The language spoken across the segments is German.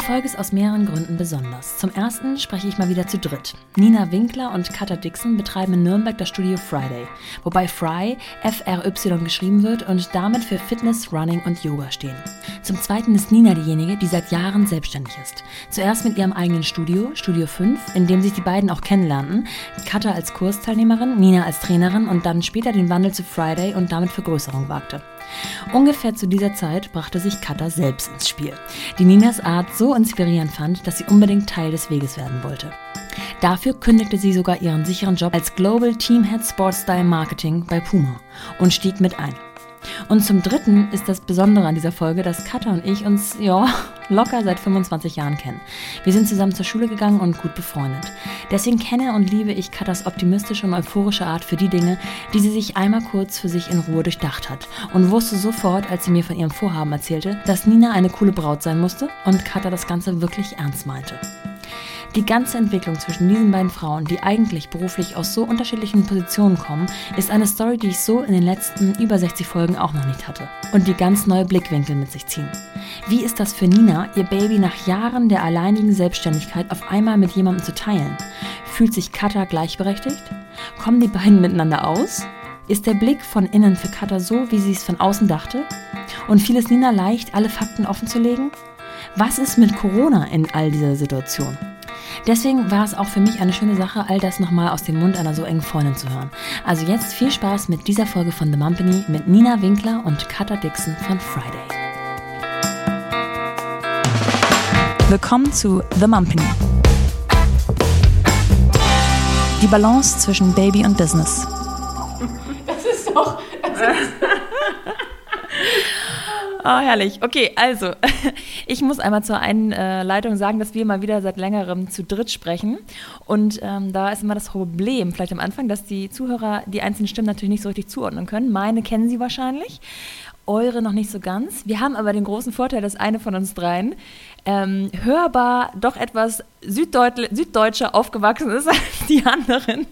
Folge ist aus mehreren Gründen besonders. Zum ersten spreche ich mal wieder zu dritt. Nina Winkler und Katja Dixon betreiben in Nürnberg das Studio Friday, wobei Fry F-R-Y geschrieben wird und damit für Fitness, Running und Yoga stehen. Zum zweiten ist Nina diejenige, die seit Jahren selbstständig ist. Zuerst mit ihrem eigenen Studio, Studio 5, in dem sich die beiden auch kennenlernten. Katja als Kursteilnehmerin, Nina als Trainerin und dann später den Wandel zu Friday und damit Vergrößerung wagte. Ungefähr zu dieser Zeit brachte sich Katja selbst ins Spiel, die Ninas Art so inspirierend fand, dass sie unbedingt Teil des Weges werden wollte. Dafür kündigte sie sogar ihren sicheren Job als Global Team Head Sports Style Marketing bei Puma und stieg mit ein. Und zum dritten ist das Besondere an dieser Folge, dass Katja und ich uns, locker seit 25 Jahren kennen. Wir sind zusammen zur Schule gegangen und gut befreundet. Deswegen kenne und liebe ich Katjas optimistische und euphorische Art für die Dinge, die sie sich einmal kurz für sich in Ruhe durchdacht hat und wusste sofort, als sie mir von ihrem Vorhaben erzählte, dass Nina eine coole Braut sein musste und Katja das Ganze wirklich ernst meinte. Die ganze Entwicklung zwischen diesen beiden Frauen, die eigentlich beruflich aus so unterschiedlichen Positionen kommen, ist eine Story, die ich so in den letzten über 60 Folgen auch noch nicht hatte. Und die ganz neue Blickwinkel mit sich ziehen. Wie ist das für Nina, ihr Baby nach Jahren der alleinigen Selbstständigkeit auf einmal mit jemandem zu teilen? Fühlt sich Katja gleichberechtigt? Kommen die beiden miteinander aus? Ist der Blick von innen für Katja so, wie sie es von außen dachte? Und fiel es Nina leicht, alle Fakten offenzulegen? Was ist mit Corona in all dieser Situation? Deswegen war es auch für mich eine schöne Sache, all das nochmal aus dem Mund einer so engen Freundin zu hören. Also jetzt viel Spaß mit dieser Folge von The Mumpany mit Nina Winkler und Katja Dixon von Friday. Willkommen zu The Mumpany. Die Balance zwischen Baby und Business. Das ist doch... Oh, herrlich. Okay, also, ich muss einmal zur Einleitung sagen, dass wir mal wieder seit längerem zu dritt sprechen. Und da ist immer das Problem, vielleicht am Anfang, dass die Zuhörer die einzelnen Stimmen natürlich nicht so richtig zuordnen können. Meine kennen sie wahrscheinlich, eure noch nicht so ganz. Wir haben aber den großen Vorteil, dass eine von uns dreien hörbar doch etwas süddeutscher aufgewachsen ist als die anderen.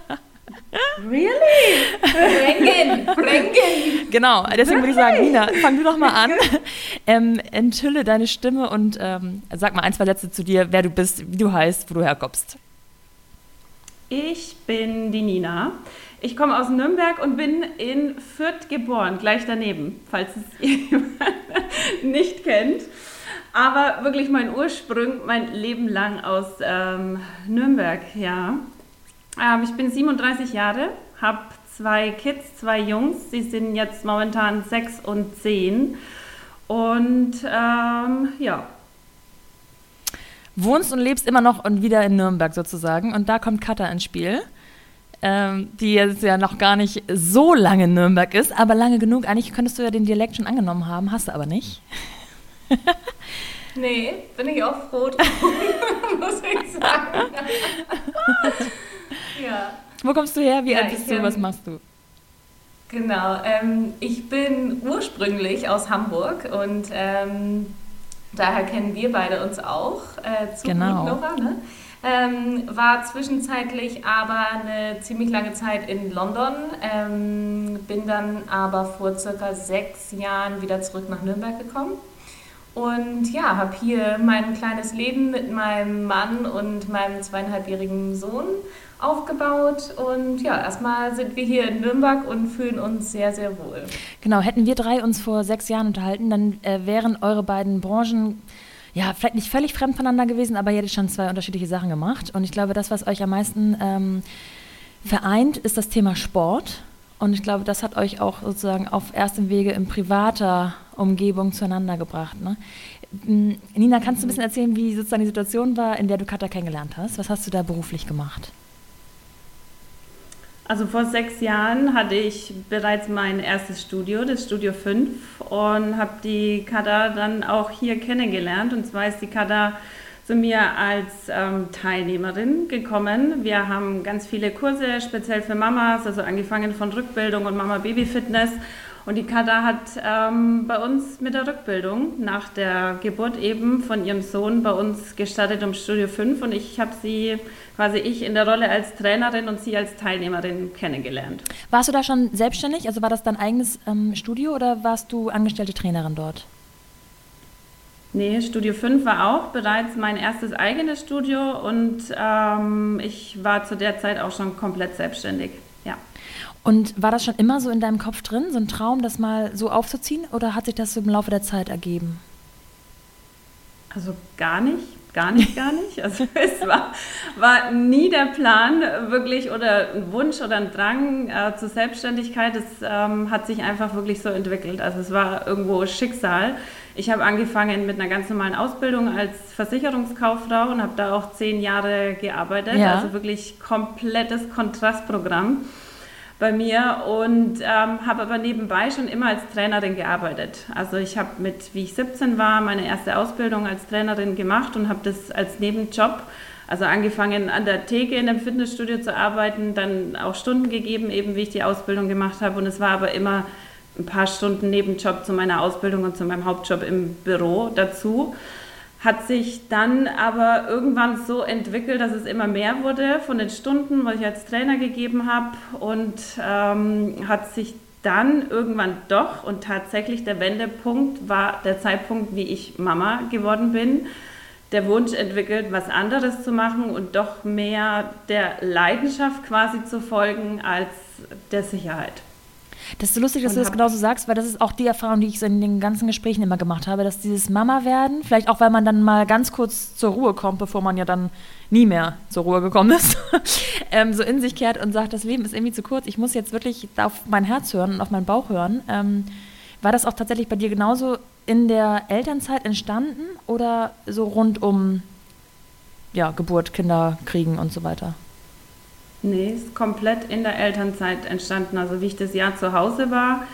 Really? Fränkin. Genau, deswegen würde ich sagen, Nina, fang du doch mal an. Enthülle deine Stimme und sag mal 1, 2 Sätze zu dir, wer du bist, wie du heißt, wo du herkommst. Ich bin die Nina. Ich komme aus Nürnberg und bin in Fürth geboren, gleich daneben, falls es jemand nicht kennt. Aber wirklich mein Ursprung, mein Leben lang aus Nürnberg, ja. Ich bin 37 Jahre, habe 2 Kids, 2 Jungs. Sie sind jetzt momentan 6 und 10. Und ja. Wohnst und lebst immer noch und wieder in Nürnberg sozusagen. Und da kommt Katja ins Spiel, die jetzt ja noch gar nicht so lange in Nürnberg ist, aber lange genug. Eigentlich könntest du ja den Dialekt schon angenommen haben, hast du aber nicht. Nee, bin ich auch froh drum, muss ich sagen. Ja. Wo kommst du her? Wie alt bist du? Was machst du? Genau, ich bin ursprünglich aus Hamburg und daher kennen wir beide uns auch. Genau. Nora, ne? War zwischenzeitlich aber eine ziemlich lange Zeit in London, bin dann aber vor circa 6 Jahren wieder zurück nach Nürnberg gekommen. Und ja, habe hier mein kleines Leben mit meinem Mann und meinem 2,5-jährigen Sohn aufgebaut. Und ja, erstmal sind wir hier in Nürnberg und fühlen uns sehr, sehr wohl. Genau, hätten wir 3 uns vor 6 Jahren unterhalten, dann wären eure beiden Branchen ja vielleicht nicht völlig fremd voneinander gewesen, aber ihr hättet schon 2 unterschiedliche Sachen gemacht. Und ich glaube, das, was euch am meisten vereint, ist das Thema Sport. Und ich glaube, das hat euch auch sozusagen auf erstem Wege in privater Umgebung zueinander gebracht. Ne? Nina, kannst du ein bisschen erzählen, wie sozusagen die Situation war, in der du Katja kennengelernt hast? Was hast du da beruflich gemacht? Also vor 6 Jahren hatte ich bereits mein erstes Studio, das Studio 5, und habe die Katja dann auch hier kennengelernt. Und zwar ist die Katja zu mir als Teilnehmerin gekommen. Wir haben ganz viele Kurse, speziell für Mamas, also angefangen von Rückbildung und Mama-Baby-Fitness. Und die Katja hat bei uns mit der Rückbildung nach der Geburt eben von ihrem Sohn bei uns gestartet im Studio 5. Und ich habe sie quasi in der Rolle als Trainerin und sie als Teilnehmerin kennengelernt. Warst du da schon selbstständig? Also war das dein eigenes Studio oder warst du angestellte Trainerin dort? Nee, Studio 5 war auch bereits mein erstes eigenes Studio und ich war zu der Zeit auch schon komplett selbstständig. Ja. Und war das schon immer so in deinem Kopf drin, so ein Traum, das mal so aufzuziehen, oder hat sich das so im Laufe der Zeit ergeben? Also gar nicht, gar nicht, gar nicht. Also es war nie der Plan wirklich oder ein Wunsch oder ein Drang zur Selbstständigkeit. Es hat sich einfach wirklich so entwickelt. Also es war irgendwo Schicksal. Ich habe angefangen mit einer ganz normalen Ausbildung als Versicherungskauffrau und habe da auch 10 Jahre gearbeitet. Ja. Also wirklich komplettes Kontrastprogramm bei mir und habe aber nebenbei schon immer als Trainerin gearbeitet. Also ich habe wie ich 17 war, meine erste Ausbildung als Trainerin gemacht und habe das als Nebenjob, also angefangen an der Theke in einem Fitnessstudio zu arbeiten, dann auch Stunden gegeben, eben wie ich die Ausbildung gemacht habe, und es war aber immer ein paar Stunden Nebenjob zu meiner Ausbildung und zu meinem Hauptjob im Büro dazu. Hat sich dann aber irgendwann so entwickelt, dass es immer mehr wurde von den Stunden, was ich als Trainer gegeben habe, und hat sich dann irgendwann doch, und tatsächlich der Wendepunkt war der Zeitpunkt, wie ich Mama geworden bin, der Wunsch entwickelt, was anderes zu machen und doch mehr der Leidenschaft quasi zu folgen als der Sicherheit. Das ist so lustig, dass du das genauso sagst, weil das ist auch die Erfahrung, die ich so in den ganzen Gesprächen immer gemacht habe, dass dieses Mama-Werden, vielleicht auch, weil man dann mal ganz kurz zur Ruhe kommt, bevor man ja dann nie mehr zur Ruhe gekommen ist, so in sich kehrt und sagt, das Leben ist irgendwie zu kurz, ich muss jetzt wirklich auf mein Herz hören und auf meinen Bauch hören. War das auch tatsächlich bei dir genauso in der Elternzeit entstanden oder so rund um Geburt, Kinder kriegen und so weiter? Nee, ist komplett in der Elternzeit entstanden. Also wie ich das Jahr zu Hause war,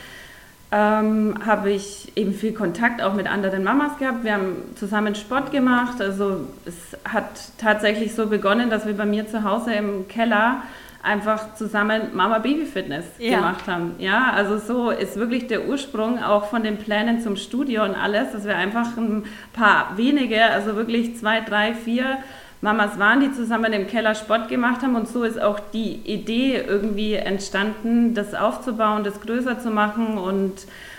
habe ich eben viel Kontakt auch mit anderen Mamas gehabt. Wir haben zusammen Sport gemacht. Also es hat tatsächlich so begonnen, dass wir bei mir zu Hause im Keller einfach zusammen Mama-Baby-Fitness gemacht haben. Ja, also so ist wirklich der Ursprung auch von den Plänen zum Studio und alles, dass wir einfach ein paar wenige, also wirklich 2, 3, 4 Mamas waren, die zusammen im Keller Sport gemacht haben, und so ist auch die Idee irgendwie entstanden, das aufzubauen, das größer zu machen, und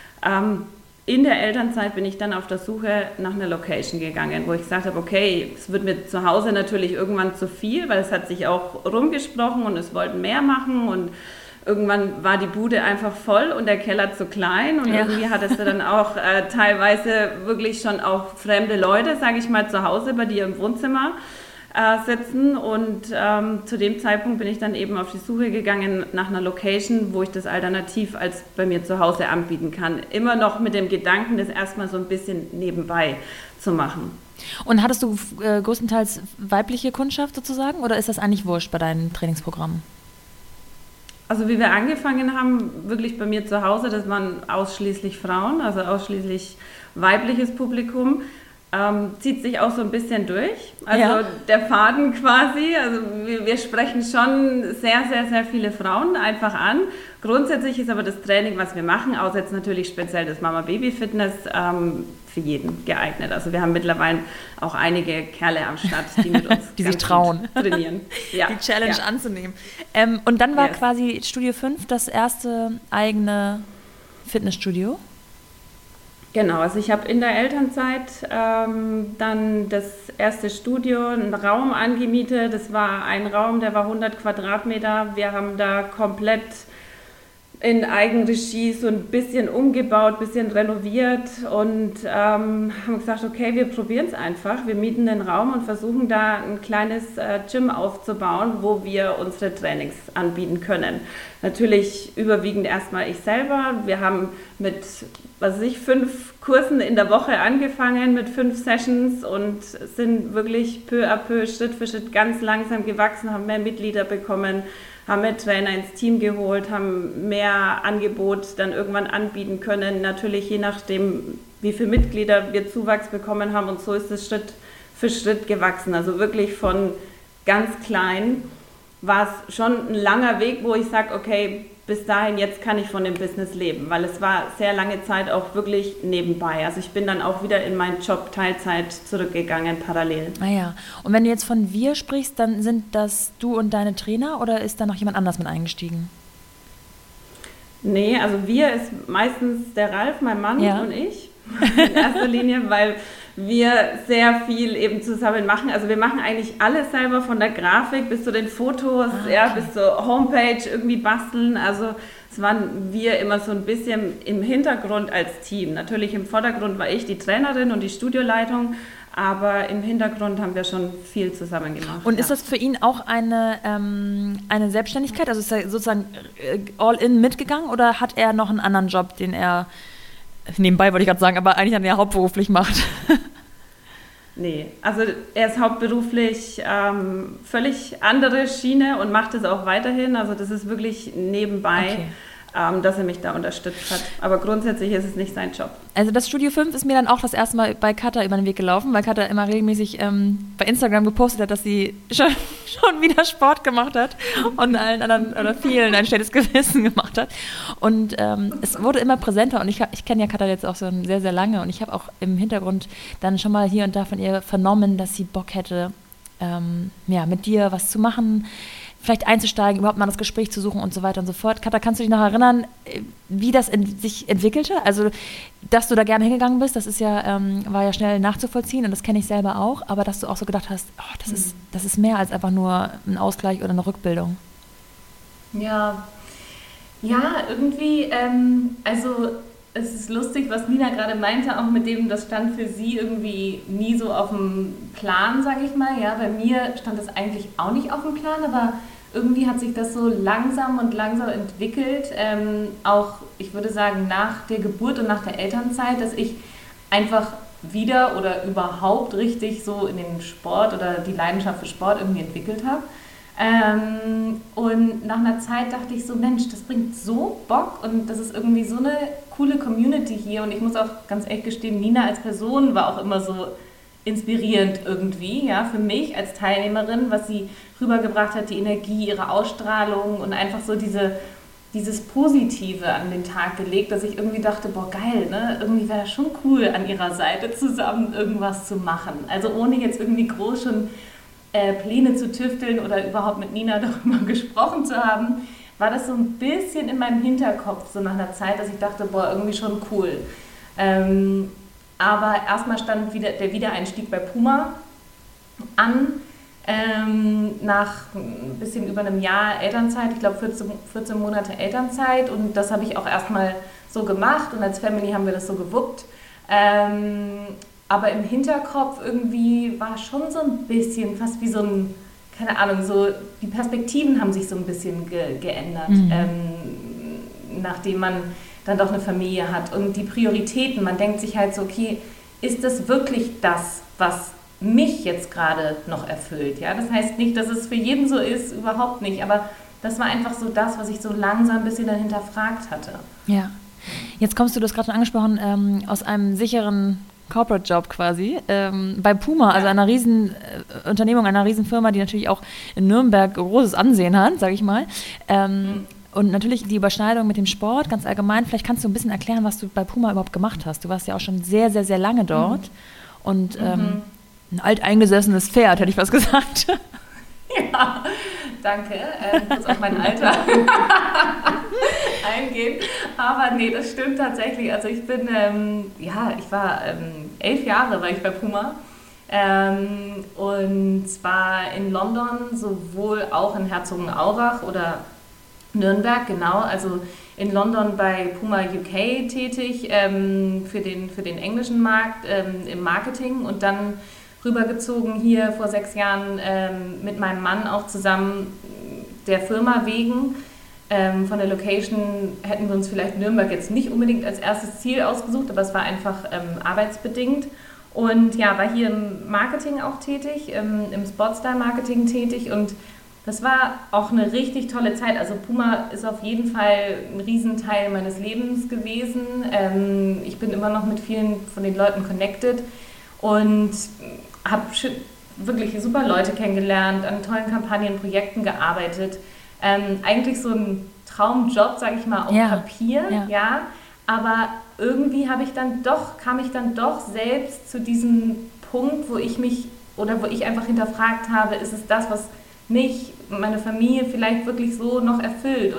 in der Elternzeit bin ich dann auf der Suche nach einer Location gegangen, wo ich gesagt habe, okay, es wird mir zu Hause natürlich irgendwann zu viel, weil es hat sich auch rumgesprochen und es wollten mehr machen, und irgendwann war die Bude einfach voll und der Keller zu klein, und irgendwie hattest du dann auch teilweise wirklich schon auch fremde Leute, sage ich mal, zu Hause bei dir im Wohnzimmer sitzen, und zu dem Zeitpunkt bin ich dann eben auf die Suche gegangen nach einer Location, wo ich das alternativ als bei mir zu Hause anbieten kann. Immer noch mit dem Gedanken, das erstmal so ein bisschen nebenbei zu machen. Und hattest du größtenteils weibliche Kundschaft sozusagen, oder ist das eigentlich wurscht bei deinen Trainingsprogrammen? Also wie wir angefangen haben, wirklich bei mir zu Hause, das waren ausschließlich Frauen, also ausschließlich weibliches Publikum. Zieht sich auch so ein bisschen durch, also der Faden quasi, also wir sprechen schon sehr, sehr, sehr viele Frauen einfach an. Grundsätzlich ist aber das Training, was wir machen, außer jetzt natürlich speziell das Mama-Baby-Fitness, für jeden geeignet. Also wir haben mittlerweile auch einige Kerle am Start, die mit uns die sich trauen, trainieren. Ja. Die Challenge anzunehmen. Und dann war quasi Studio 5 das erste eigene Fitnessstudio? Genau, also ich habe in der Elternzeit dann das erste Studio, einen Raum angemietet. Das war ein Raum, der war 100 Quadratmeter. Wir haben da komplett in Eigenregie so ein bisschen umgebaut, ein bisschen renoviert, und haben gesagt, okay, wir probieren es einfach. Wir mieten den Raum und versuchen da ein kleines Gym aufzubauen, wo wir unsere Trainings anbieten können. Natürlich überwiegend erstmal ich selber. Wir haben mit 5 Kursen in der Woche angefangen, mit 5 Sessions, und sind wirklich peu à peu, Schritt für Schritt ganz langsam gewachsen, haben mehr Mitglieder bekommen, haben mehr Trainer ins Team geholt, haben mehr Angebot dann irgendwann anbieten können. Natürlich je nachdem, wie viele Mitglieder wir Zuwachs bekommen haben, und so ist es Schritt für Schritt gewachsen. Also wirklich von ganz klein war es schon ein langer Weg, wo ich sage, okay, bis dahin, jetzt kann ich von dem Business leben, weil es war sehr lange Zeit auch wirklich nebenbei. Also ich bin dann auch wieder in meinen Job Teilzeit zurückgegangen, parallel. Ah ja, und wenn du jetzt von wir sprichst, dann sind das du und deine Trainer, oder ist da noch jemand anders mit eingestiegen? Nee, also wir ist meistens der Ralf, mein Mann, und ich in erster Linie, weil wir sehr viel eben zusammen machen. Also wir machen eigentlich alles selber, von der Grafik bis zu den Fotos, bis zur Homepage irgendwie basteln. Also es waren wir immer so ein bisschen im Hintergrund als Team. Natürlich im Vordergrund war ich die Trainerin und die Studioleitung, aber im Hintergrund haben wir schon viel zusammen gemacht. Und ist das für ihn auch eine Selbstständigkeit? Also ist er sozusagen all in mitgegangen oder hat er noch einen anderen Job, den er nebenbei, wollte ich gerade sagen, aber eigentlich dann ja hauptberuflich macht? Nee, also er ist hauptberuflich völlig andere Schiene und macht es auch weiterhin. Also das ist wirklich nebenbei, dass er mich da unterstützt hat. Aber grundsätzlich ist es nicht sein Job. Also das Studio 5 ist mir dann auch das erste Mal bei Katha über den Weg gelaufen, weil Katha immer regelmäßig bei Instagram gepostet hat, dass sie schon wieder Sport gemacht hat und allen anderen oder vielen ein schlechtes Gewissen gemacht hat. Und es wurde immer präsenter und ich kenne ja Katha jetzt auch so sehr, sehr lange und ich habe auch im Hintergrund dann schon mal hier und da von ihr vernommen, dass sie Bock hätte, mit dir was zu machen, vielleicht einzusteigen, überhaupt mal das Gespräch zu suchen und so weiter und so fort. Katha, kannst du dich noch erinnern, wie das sich entwickelte? Also, dass du da gerne hingegangen bist, das ist ja, war ja schnell nachzuvollziehen und das kenne ich selber auch, aber dass du auch so gedacht hast, das ist mehr als einfach nur ein Ausgleich oder eine Rückbildung. Ja, irgendwie, also es ist lustig, was Nina gerade meinte, auch mit dem, das stand für sie irgendwie nie so auf dem Plan, sage ich mal. Ja, bei mir stand das eigentlich auch nicht auf dem Plan, aber irgendwie hat sich das so langsam entwickelt. Auch, ich würde sagen, nach der Geburt und nach der Elternzeit, dass ich einfach wieder oder überhaupt richtig so in den Sport oder die Leidenschaft für Sport irgendwie entwickelt habe. Und nach einer Zeit dachte ich so, Mensch, das bringt so Bock und das ist irgendwie so eine coole Community hier und ich muss auch ganz ehrlich gestehen, Nina als Person war auch immer so inspirierend irgendwie, ja, für mich als Teilnehmerin, was sie rübergebracht hat, die Energie, ihre Ausstrahlung und einfach so dieses Positive an den Tag gelegt, dass ich irgendwie dachte, boah, geil, ne? Irgendwie wäre das schon cool, an ihrer Seite zusammen irgendwas zu machen. Also ohne jetzt irgendwie groß schon Pläne zu tüfteln oder überhaupt mit Nina darüber gesprochen zu haben, war das so ein bisschen in meinem Hinterkopf, so nach einer Zeit, dass ich dachte, boah, irgendwie schon cool. Aber erstmal stand der Wiedereinstieg bei Puma an, nach ein bisschen über einem Jahr Elternzeit, ich glaube 14 Monate Elternzeit und das habe ich auch erstmal so gemacht und als Family haben wir das so gewuppt. Aber im Hinterkopf irgendwie war schon so ein bisschen, fast wie so ein, keine Ahnung, so die Perspektiven haben sich so ein bisschen geändert, nachdem man dann doch eine Familie hat. Und die Prioritäten, man denkt sich halt so, okay, ist das wirklich das, was mich jetzt gerade noch erfüllt? Ja? Das heißt nicht, dass es für jeden so ist, überhaupt nicht, aber das war einfach so das, was ich so langsam ein bisschen dann hinterfragt hatte. Ja, jetzt kommst du, das gerade schon angesprochen, aus einem sicheren Corporate-Job quasi, bei Puma, also einer riesen Unternehmung, einer riesen Firma, die natürlich auch in Nürnberg großes Ansehen hat, sage ich mal. Und natürlich die Überschneidung mit dem Sport, ganz allgemein. Vielleicht kannst du ein bisschen erklären, was du bei Puma überhaupt gemacht hast. Du warst ja auch schon sehr, sehr, sehr lange dort und ein alteingesessenes Pferd, hätte ich was gesagt. Ja, danke. Kurz auf mein Alter eingehen. Aber nee, das stimmt tatsächlich. Also ich bin, ich war 11 Jahre war ich bei Puma. Und zwar in London, sowohl auch in Herzogenaurach oder Nürnberg, genau. Also in London bei Puma UK tätig, für den englischen Markt im Marketing und dann rübergezogen hier vor 6 Jahren mit meinem Mann auch zusammen der Firma wegen. Von der Location hätten wir uns vielleicht Nürnberg jetzt nicht unbedingt als erstes Ziel ausgesucht, aber es war einfach arbeitsbedingt. Und ja, war hier im Marketing auch tätig, im Sportstyle-Marketing tätig und das war auch eine richtig tolle Zeit. Also Puma ist auf jeden Fall ein Riesenteil meines Lebens gewesen. Ich bin immer noch mit vielen von den Leuten connected und habe wirklich super Leute kennengelernt, an tollen Kampagnen, Projekten gearbeitet. Eigentlich so ein Traumjob, sage ich mal, auf Papier, ja. Aber irgendwie kam ich dann doch selbst zu diesem Punkt, wo ich einfach hinterfragt habe, ist es das, was mich, meine Familie vielleicht wirklich so noch erfüllt? Und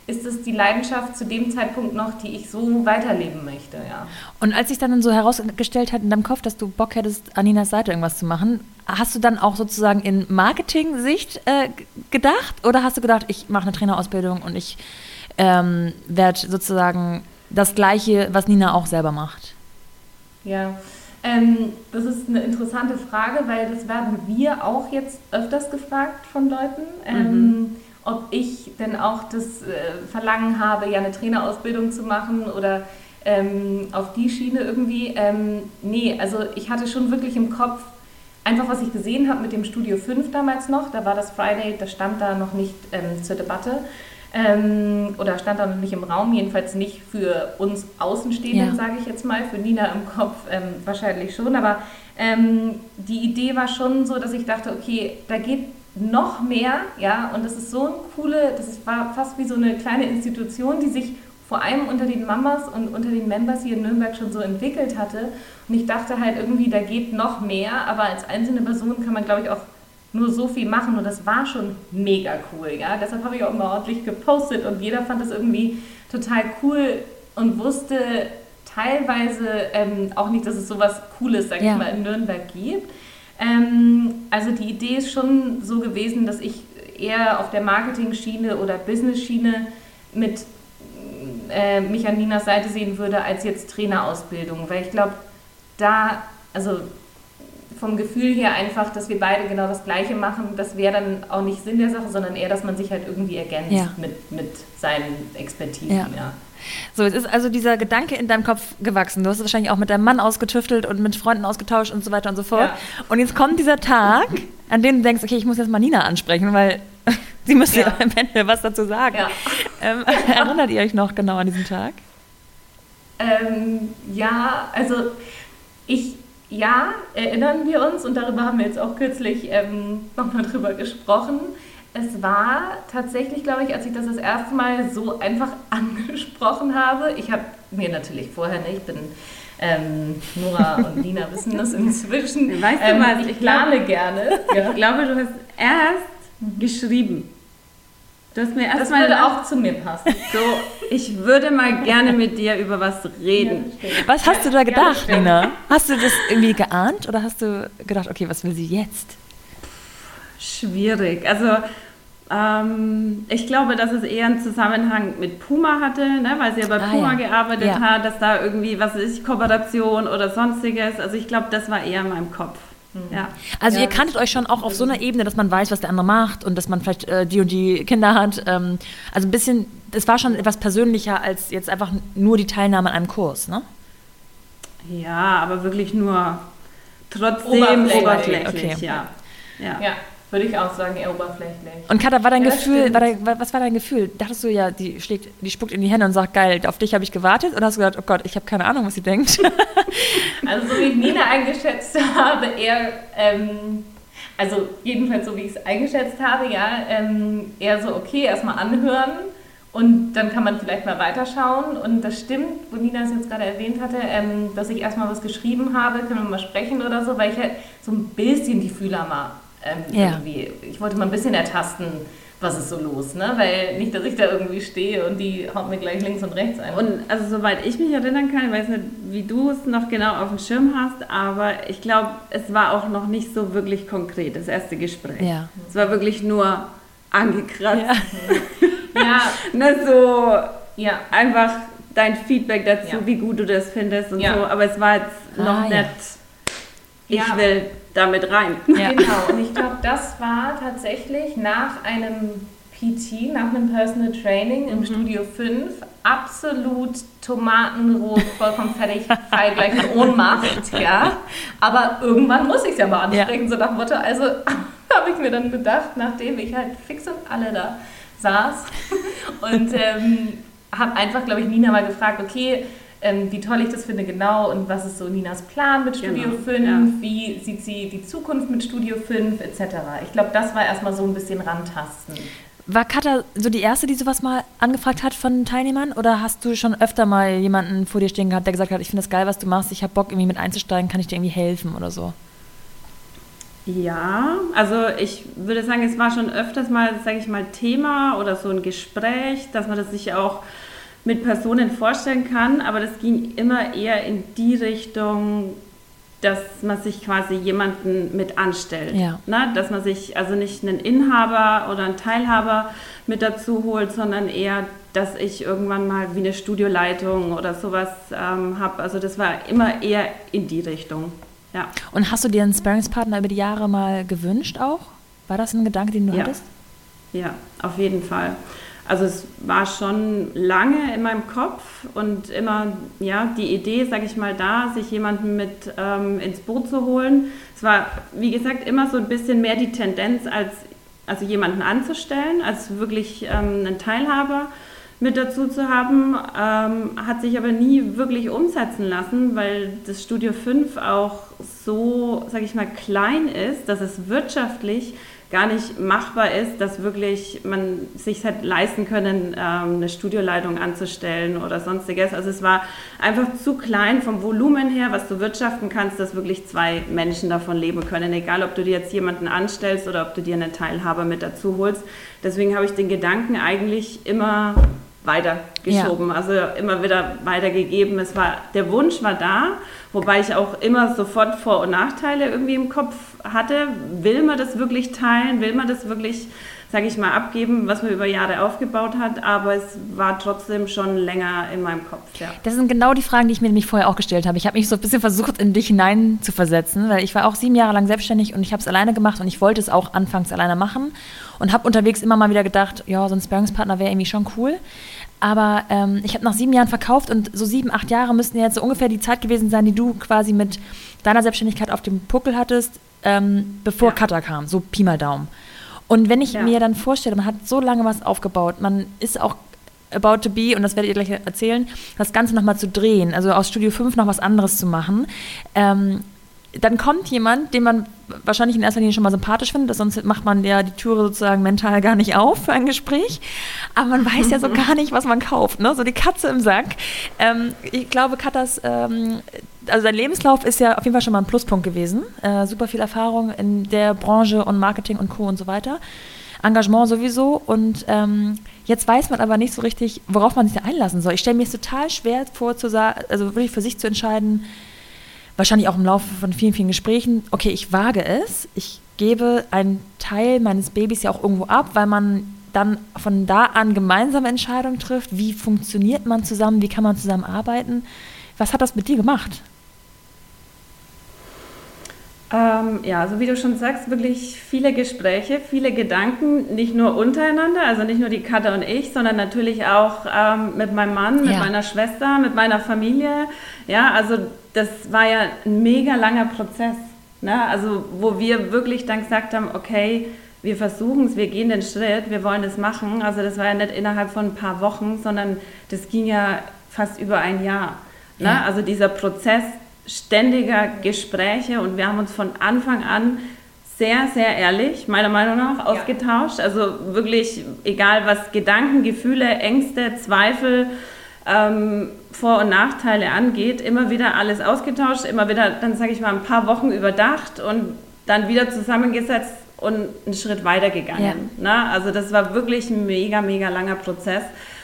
ist es die Leidenschaft zu dem Zeitpunkt noch, die ich so weiterleben möchte, ja. Und als sich dann so herausgestellt hat in deinem Kopf, dass du Bock hättest, an Ninas Seite irgendwas zu machen, hast du dann auch sozusagen in Marketing-Sicht gedacht? Oder hast du gedacht, ich mache eine Trainerausbildung und ich werde sozusagen das Gleiche, was Nina auch selber macht? Ja, das ist eine interessante Frage, weil das werden wir auch jetzt öfters gefragt von Leuten, ob ich denn auch das Verlangen habe, ja eine Trainerausbildung zu machen oder auf die Schiene irgendwie. Nee, also ich hatte schon wirklich im Kopf, einfach was ich gesehen habe mit dem Studio 5 damals noch, da war das Friday, das stand da noch nicht zur Debatte. Oder stand da noch nicht im Raum, jedenfalls nicht für uns Außenstehenden, sage ich jetzt mal, für Nina im Kopf wahrscheinlich schon, aber die Idee war schon so, dass ich dachte, okay, da geht noch mehr, ja, und das ist so war fast wie so eine kleine Institution, die sich vor allem unter den Mamas und unter den Members hier in Nürnberg schon so entwickelt hatte, und ich dachte halt irgendwie, da geht noch mehr, aber als einzelne Person kann man, glaube ich, auch nur so viel machen, und das war schon mega cool, ja. Deshalb habe ich auch immer ordentlich gepostet und jeder fand das irgendwie total cool und wusste teilweise auch nicht, dass es sowas Cooles, sag ich mal, in Nürnberg gibt. Also die Idee ist schon so gewesen, dass ich eher auf der Marketing-Schiene oder Business-Schiene mit mich an Ninas Seite sehen würde, als jetzt Trainerausbildung, weil ich glaube, also vom Gefühl her einfach, dass wir beide genau das Gleiche machen, das wäre dann auch nicht Sinn der Sache, sondern eher, dass man sich halt irgendwie ergänzt mit seinen Expertisen. Ja. So, jetzt ist also dieser Gedanke in deinem Kopf gewachsen. Du hast es wahrscheinlich auch mit deinem Mann ausgetüftelt und mit Freunden ausgetauscht und so weiter und so fort. Ja. Und jetzt kommt dieser Tag, an dem du denkst, okay, ich muss jetzt mal Nina ansprechen, weil sie müsste ja am Ende was dazu sagen. Ja. Erinnert ihr euch noch genau an diesen Tag? Erinnern wir uns, und darüber haben wir jetzt auch kürzlich nochmal drüber gesprochen. Es war tatsächlich, glaube ich, als ich das erste Mal so einfach angesprochen habe, ich habe mir natürlich vorher nicht, Nora und Nina wissen das inzwischen. Weißt du was, ich plane gerne. Ja. Ich glaube, du hast erst geschrieben. Du hast mir das würde auch zu mir passen. So, ich würde mal gerne mit dir über was reden. Ja, was hast du da gedacht, Nina? Hast du das irgendwie geahnt oder hast du gedacht, okay, was will sie jetzt? Schwierig. Also ich glaube, dass es eher einen Zusammenhang mit Puma hatte, ne? Weil sie ja bei Puma gearbeitet hat, dass da irgendwie, was ist, Kooperation oder sonstiges. Also ich glaube, das war eher in meinem Kopf. Ja. Also ihr kanntet euch schon auch auf so einer Ebene, dass man weiß, was der andere macht und dass man vielleicht die und die Kinder hat. Also ein bisschen, es war schon etwas persönlicher als jetzt einfach nur die Teilnahme an einem Kurs, ne? Ja, aber wirklich nur trotzdem oberflächlich, okay. Ja, würde ich auch sagen, eher oberflächlich. Und Katha, war dein Gefühl, was war dein Gefühl? Dachtest du, ja, die spuckt in die Hände und sagt, geil, auf dich habe ich gewartet? Oder hast du gedacht, oh Gott, ich habe keine Ahnung, was sie denkt? Also so wie ich Nina eingeschätzt habe, eher, also jedenfalls so wie ich es eingeschätzt habe, eher so, okay, erstmal anhören und dann kann man vielleicht mal weiterschauen. Und das stimmt, wo Nina es jetzt gerade erwähnt hatte, dass ich erstmal was geschrieben habe, können wir mal sprechen oder so, weil ich halt so ein bisschen die Fühler mal irgendwie, ich wollte mal ein bisschen ertasten, was ist so los, ne? Weil nicht, dass ich da irgendwie stehe und die haut mir gleich links und rechts ein. Und also soweit ich mich erinnern kann, ich weiß nicht, wie du es noch genau auf dem Schirm hast, aber ich glaube, es war auch noch nicht so wirklich konkret, das erste Gespräch. Ja. Es war wirklich nur angekratzt. Einfach dein Feedback dazu, wie gut du das findest und so, aber es war jetzt noch nicht, ich will damit rein. Ja. Genau, und ich glaube, das war tatsächlich nach einem PT, nach einem Personal Training im Studio 5, absolut tomatenrot, vollkommen fertig, fall gleich in Ohnmacht, ja. Aber irgendwann muss ich es ja mal ansprechen, so nach dem Motto, also habe ich mir dann gedacht, nachdem ich halt fix und alle da saß und habe einfach, glaube ich, Nina mal gefragt, okay, wie toll ich das finde genau und was ist so Ninas Plan mit Studio 5, wie sieht sie die Zukunft mit Studio 5 etc. Ich glaube, das war erstmal so ein bisschen rantasten. War Katha so die Erste, die sowas mal angefragt hat von Teilnehmern oder hast du schon öfter mal jemanden vor dir stehen gehabt, der gesagt hat, ich finde das geil, was du machst, ich habe Bock irgendwie mit einzusteigen, kann ich dir irgendwie helfen oder so? Ja, also ich würde sagen, es war schon öfters mal, sage ich mal, Thema oder so ein Gespräch, dass man das sich auch mit Personen vorstellen kann, aber das ging immer eher in die Richtung, dass man sich quasi jemanden mit anstellt. Ja. Ne? Dass man sich also nicht einen Inhaber oder einen Teilhaber mit dazu holt, sondern eher, dass ich irgendwann mal wie eine Studioleitung oder sowas habe. Also das war immer eher in die Richtung. Ja. Und hast du dir einen Sparringspartner über die Jahre mal gewünscht auch? War das ein Gedanke, den du hattest? Ja, auf jeden Fall. Also es war schon lange in meinem Kopf und immer die Idee, sage ich mal, da, sich jemanden mit ins Boot zu holen. Es war, wie gesagt, immer so ein bisschen mehr die Tendenz, also jemanden anzustellen, als wirklich einen Teilhaber mit dazu zu haben, hat sich aber nie wirklich umsetzen lassen, weil das Studio 5 auch so, sage ich mal, klein ist, dass es wirtschaftlich gar nicht machbar ist, dass wirklich man sich halt leisten können, eine Studioleitung anzustellen oder sonstiges. Also es war einfach zu klein vom Volumen her, was du wirtschaften kannst, dass wirklich 2 Menschen davon leben können, egal ob du dir jetzt jemanden anstellst oder ob du dir einen Teilhaber mit dazu holst. Deswegen habe ich den Gedanken eigentlich immer weitergeschoben, also immer wieder weitergegeben. Der Wunsch war da, wobei ich auch immer sofort Vor- und Nachteile irgendwie im Kopf hatte. Will man das wirklich teilen? Will man das wirklich, sage ich mal, abgeben, was man über Jahre aufgebaut hat? Aber es war trotzdem schon länger in meinem Kopf, ja. Das sind genau die Fragen, die ich mir nämlich vorher auch gestellt habe. Ich habe mich so ein bisschen versucht, in dich hinein zu versetzen, weil ich war auch 7 Jahre lang selbstständig und ich habe es alleine gemacht und ich wollte es auch anfangs alleine machen und habe unterwegs immer mal wieder gedacht, ja, so ein Sparringspartner wäre irgendwie schon cool. Aber ich habe nach 7 Jahren verkauft und so 7, 8 Jahre müssten jetzt so ungefähr die Zeit gewesen sein, die du quasi mit deiner Selbstständigkeit auf dem Puckel hattest, bevor Cutter kam, so Pi mal Daumen. Und wenn ich mir dann vorstelle, man hat so lange was aufgebaut, man ist auch about to be, und das werdet ihr gleich erzählen, das Ganze nochmal zu drehen, also aus Studio 5 noch was anderes zu machen, dann kommt jemand, den man wahrscheinlich in erster Linie schon mal sympathisch findet, sonst macht man ja die Türe sozusagen mental gar nicht auf für ein Gespräch, aber man weiß ja so gar nicht, was man kauft, ne? So die Katze im Sack. Ich glaube, Katas, also sein Lebenslauf ist ja auf jeden Fall schon mal ein Pluspunkt gewesen, super viel Erfahrung in der Branche und Marketing und Co. und so weiter, Engagement sowieso, und jetzt weiß man aber nicht so richtig, worauf man sich da einlassen soll. Ich stelle mir es total schwer vor, also wirklich für sich zu entscheiden, wahrscheinlich auch im Laufe von vielen, vielen Gesprächen, okay, ich wage es, ich gebe einen Teil meines Babys ja auch irgendwo ab, weil man dann von da an gemeinsame Entscheidungen trifft. Wie funktioniert man zusammen, wie kann man zusammenarbeiten? Was hat das mit dir gemacht? Also wie du schon sagst, wirklich viele Gespräche, viele Gedanken, nicht nur untereinander, also nicht nur die Katha und ich, sondern natürlich auch mit meinem Mann, mit meiner Schwester, mit meiner Familie. Ja, also das war ja ein mega langer Prozess, ne? Also wo wir wirklich dann gesagt haben, okay, wir versuchen es, wir gehen den Schritt, wir wollen es machen. Also das war ja nicht innerhalb von ein paar Wochen, sondern das ging ja fast über ein Jahr. Ne? Ja. Also dieser Prozess ständiger Gespräche, und wir haben uns von Anfang an sehr, sehr ehrlich, meiner Meinung nach, ausgetauscht. Also wirklich, egal was Gedanken, Gefühle, Ängste, Zweifel, Vor- und Nachteile angeht, immer wieder alles ausgetauscht, immer wieder, dann sage ich mal, ein paar Wochen überdacht und dann wieder zusammengesetzt und einen Schritt weitergegangen. Ja. Ne? Also das war wirklich ein mega, mega langer Prozess.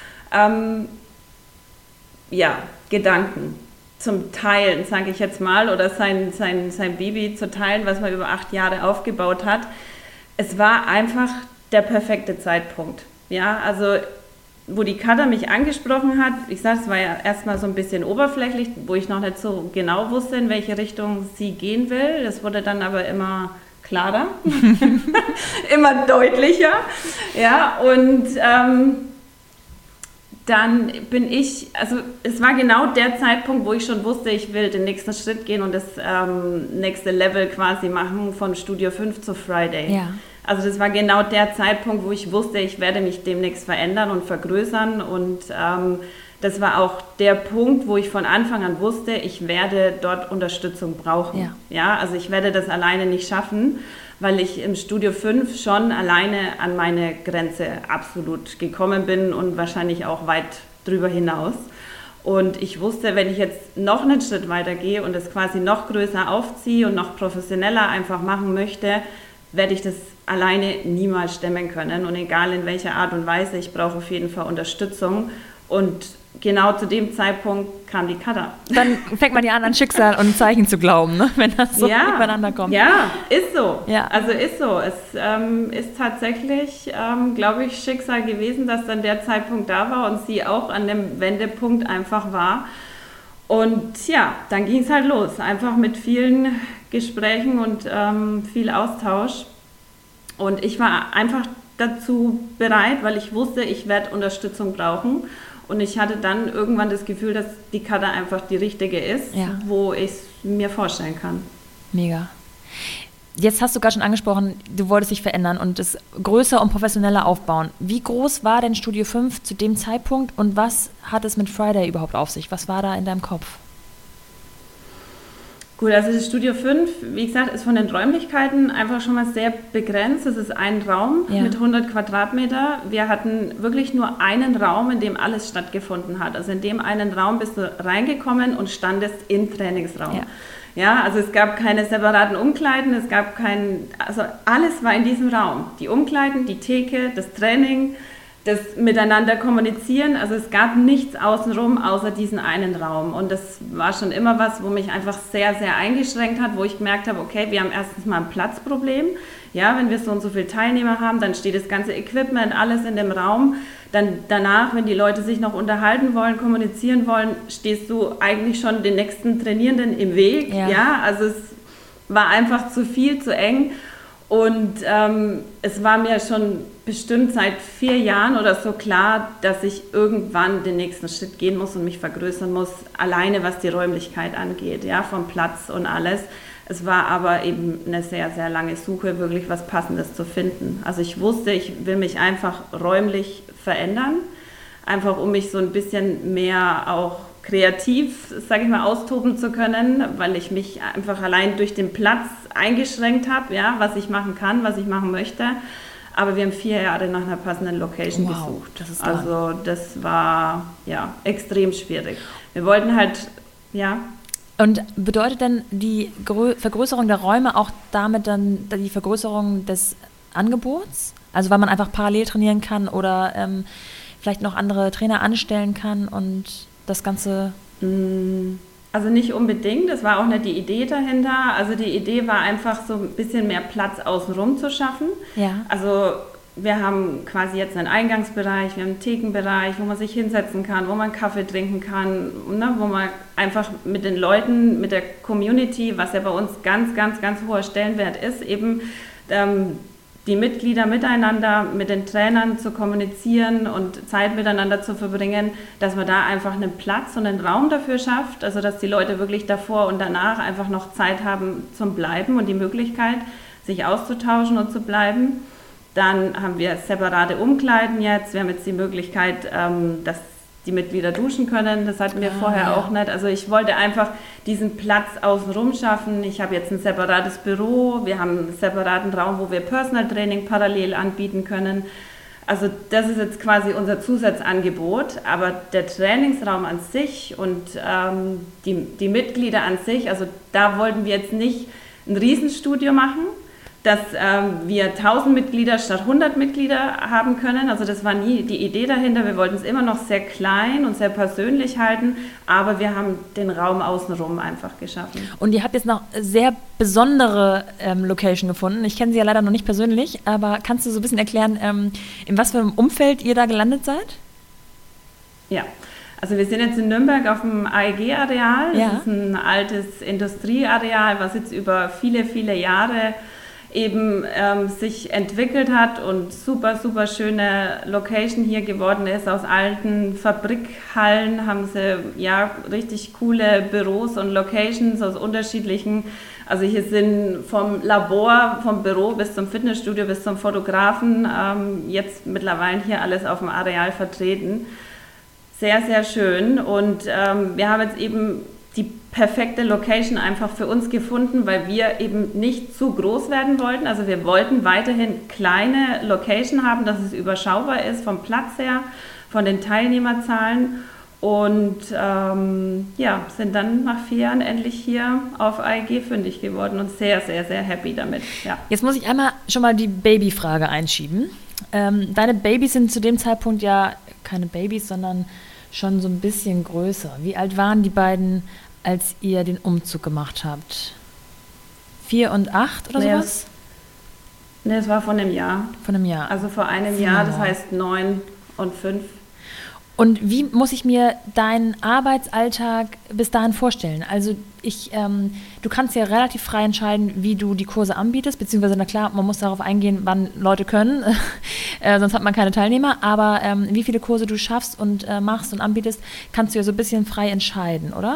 Gedanken zum Teilen, sage ich jetzt mal, oder sein Baby zu teilen, was man über 8 Jahre aufgebaut hat. Es war einfach der perfekte Zeitpunkt. Ja, also wo die Katha mich angesprochen hat, ich sage, es war ja erstmal so ein bisschen oberflächlich, wo ich noch nicht so genau wusste, in welche Richtung sie gehen will. Das wurde dann aber immer klarer, immer deutlicher. Ja, und dann bin ich, also es war genau der Zeitpunkt, wo ich schon wusste, ich will den nächsten Schritt gehen und das nächste Level quasi machen von Studio 5 zu Friday. Ja. Also das war genau der Zeitpunkt, wo ich wusste, ich werde mich demnächst verändern und vergrößern, und das war auch der Punkt, wo ich von Anfang an wusste, ich werde dort Unterstützung brauchen. Ja. Ja, also ich werde das alleine nicht schaffen, weil ich im Studio 5 schon alleine an meine Grenze absolut gekommen bin und wahrscheinlich auch weit drüber hinaus. Und ich wusste, wenn ich jetzt noch einen Schritt weiter gehe und es quasi noch größer aufziehe und noch professioneller einfach machen möchte, werde ich das alleine niemals stemmen können. Und egal in welcher Art und Weise, ich brauche auf jeden Fall Unterstützung. Und genau zu dem Zeitpunkt kam die Kada. Dann fängt man ja an Schicksal und Zeichen zu glauben, ne? Wenn das so übereinander kommt. Ja, ist so. Ja. Also ist so. Es ist tatsächlich, glaube ich, Schicksal gewesen, dass dann der Zeitpunkt da war und sie auch an dem Wendepunkt einfach war. Und ja, dann ging es halt los. Einfach mit vielen Gesprächen und viel Austausch. Und ich war einfach dazu bereit, weil ich wusste, ich werde Unterstützung brauchen. Und ich hatte dann irgendwann das Gefühl, dass die Kada einfach die richtige ist, wo ich es mir vorstellen kann. Mega. Jetzt hast du gerade schon angesprochen, du wolltest dich verändern und es größer und professioneller aufbauen. Wie groß war denn Studio 5 zu dem Zeitpunkt und was hat es mit Friday überhaupt auf sich? Was war da in deinem Kopf? Gut, also das Studio 5, wie gesagt, ist von den Räumlichkeiten einfach schon mal sehr begrenzt. Es ist ein Raum mit 100 Quadratmeter. Wir hatten wirklich nur einen Raum, in dem alles stattgefunden hat. Also in dem einen Raum bist du reingekommen und standest im Trainingsraum. Ja, also es gab keine separaten Umkleiden, es gab also alles war in diesem Raum. Die Umkleiden, die Theke, das Training, das Miteinander kommunizieren, also es gab nichts außenrum außer diesen einen Raum und das war schon immer was, wo mich einfach sehr, sehr eingeschränkt hat, wo ich gemerkt habe, okay, wir haben erstens mal ein Platzproblem, ja, wenn wir so und so viele Teilnehmer haben, dann steht das ganze Equipment, alles in dem Raum, dann danach, wenn die Leute sich noch unterhalten wollen, kommunizieren wollen, stehst du eigentlich schon den nächsten Trainierenden im Weg, ja, also es war einfach zu viel, zu eng. Und es war mir schon bestimmt seit 4 Jahren oder so klar, dass ich irgendwann den nächsten Schritt gehen muss und mich vergrößern muss, alleine was die Räumlichkeit angeht, ja, vom Platz und alles. Es war aber eben eine sehr, sehr lange Suche, wirklich was Passendes zu finden. Also ich wusste, ich will mich einfach räumlich verändern, einfach um mich so ein bisschen mehr auch kreativ, sage ich mal, austoben zu können, weil ich mich einfach allein durch den Platz eingeschränkt habe, ja, was ich machen kann, was ich machen möchte. Aber wir haben 4 Jahre nach einer passenden Location gesucht. Das ist also das war ja extrem schwierig. Wir wollten halt, ja. Und bedeutet denn die Vergrößerung der Räume auch damit dann die Vergrößerung des Angebots? Also weil man einfach parallel trainieren kann oder vielleicht noch andere Trainer anstellen kann und das Ganze... Also nicht unbedingt, das war auch nicht die Idee dahinter. Also die Idee war einfach so ein bisschen mehr Platz außenrum zu schaffen. Ja. Also wir haben quasi jetzt einen Eingangsbereich, wir haben einen Thekenbereich, wo man sich hinsetzen kann, wo man Kaffee trinken kann, ne, wo man einfach mit den Leuten, mit der Community, was ja bei uns ganz, ganz, ganz hoher Stellenwert ist, eben die Mitglieder miteinander, mit den Trainern zu kommunizieren und Zeit miteinander zu verbringen, dass man da einfach einen Platz und einen Raum dafür schafft, also dass die Leute wirklich davor und danach einfach noch Zeit haben zum Bleiben und die Möglichkeit, sich auszutauschen und zu bleiben. Dann haben wir separate Umkleiden jetzt, wir haben jetzt die Möglichkeit, dass die Mitglieder duschen können, das hatten wir vorher auch nicht. Also ich wollte einfach diesen Platz außenrum schaffen. Ich habe jetzt ein separates Büro, wir haben einen separaten Raum, wo wir Personal Training parallel anbieten können. Also das ist jetzt quasi unser Zusatzangebot, aber der Trainingsraum an sich und die Mitglieder an sich, also da wollten wir jetzt nicht ein Riesenstudio machen, dass wir 1000 Mitglieder statt 100 Mitglieder haben können. Also das war nie die Idee dahinter. Wir wollten es immer noch sehr klein und sehr persönlich halten, aber wir haben den Raum außenrum einfach geschaffen. Und ihr habt jetzt noch sehr besondere Location gefunden. Ich kenne sie ja leider noch nicht persönlich, aber kannst du so ein bisschen erklären, in was für einem Umfeld ihr da gelandet seid? Ja. Also wir sind jetzt in Nürnberg auf dem AEG-Areal. Das ist ein altes Industrieareal, was jetzt über viele, viele Jahre eben sich entwickelt hat und super, super schöne Location hier geworden ist. Aus alten Fabrikhallen haben sie ja richtig coole Büros und Locations aus unterschiedlichen, also hier sind vom Labor, vom Büro bis zum Fitnessstudio bis zum Fotografen jetzt mittlerweile hier alles auf dem Areal vertreten. Sehr, sehr schön und wir haben jetzt eben die perfekte Location einfach für uns gefunden, weil wir eben nicht zu groß werden wollten. Also wir wollten weiterhin kleine Location haben, dass es überschaubar ist vom Platz her, von den Teilnehmerzahlen Und sind dann nach 4 Jahren endlich hier auf AEG fündig geworden und sehr, sehr, sehr happy damit. Ja. Jetzt muss ich einmal schon mal die Babyfrage einschieben. Deine Babys sind zu dem Zeitpunkt ja keine Babys, sondern schon so ein bisschen größer. Wie alt waren die beiden, als ihr den Umzug gemacht habt? 4 und 8 oder sowas? Nee, es war von einem Jahr. Von einem Jahr. Also vor einem Jahr, das heißt 9 und 5. Und wie muss ich mir deinen Arbeitsalltag bis dahin vorstellen? Also du kannst ja relativ frei entscheiden, wie du die Kurse anbietest, beziehungsweise, na klar, man muss darauf eingehen, wann Leute können, sonst hat man keine Teilnehmer, aber wie viele Kurse du schaffst und machst und anbietest, kannst du ja so ein bisschen frei entscheiden, oder?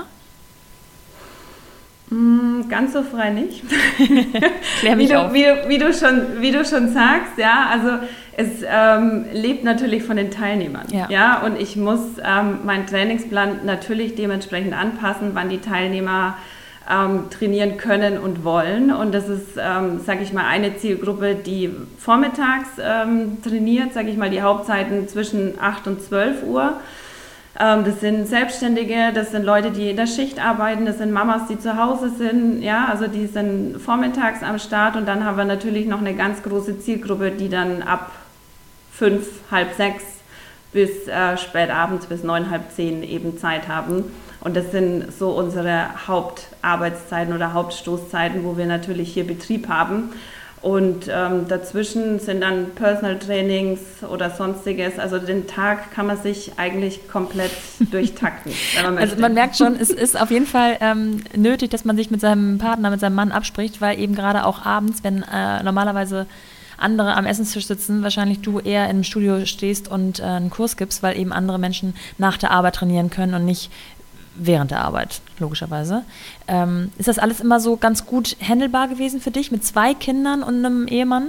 Ganz so frei nicht. Klär mich auf. Wie du schon sagst, ja, also es lebt natürlich von den Teilnehmern. Ja, und ich muss meinen Trainingsplan natürlich dementsprechend anpassen, wann die Teilnehmer trainieren können und wollen. Und das ist, sage ich mal, eine Zielgruppe, die vormittags trainiert, sage ich mal, die Hauptzeiten zwischen 8 und 12 Uhr. Das sind Selbstständige, das sind Leute, die in der Schicht arbeiten, das sind Mamas, die zu Hause sind, ja, also die sind vormittags am Start und dann haben wir natürlich noch eine ganz große Zielgruppe, die dann ab 5, halb 6 bis spät abends bis 9, halb 10 eben Zeit haben. Und das sind so unsere Hauptarbeitszeiten oder Hauptstoßzeiten, wo wir natürlich hier Betrieb haben. Und dazwischen sind dann Personal Trainings oder sonstiges. Also den Tag kann man sich eigentlich komplett durchtakten, wenn man möchte. Also man merkt schon, es ist auf jeden Fall nötig, dass man sich mit seinem Partner, mit seinem Mann abspricht, weil eben gerade auch abends, wenn normalerweise andere am Essenstisch sitzen, wahrscheinlich du eher im Studio stehst und einen Kurs gibst, weil eben andere Menschen nach der Arbeit trainieren können und nicht während der Arbeit, logischerweise. Ist das alles immer so ganz gut handelbar gewesen für dich mit 2 Kindern und einem Ehemann?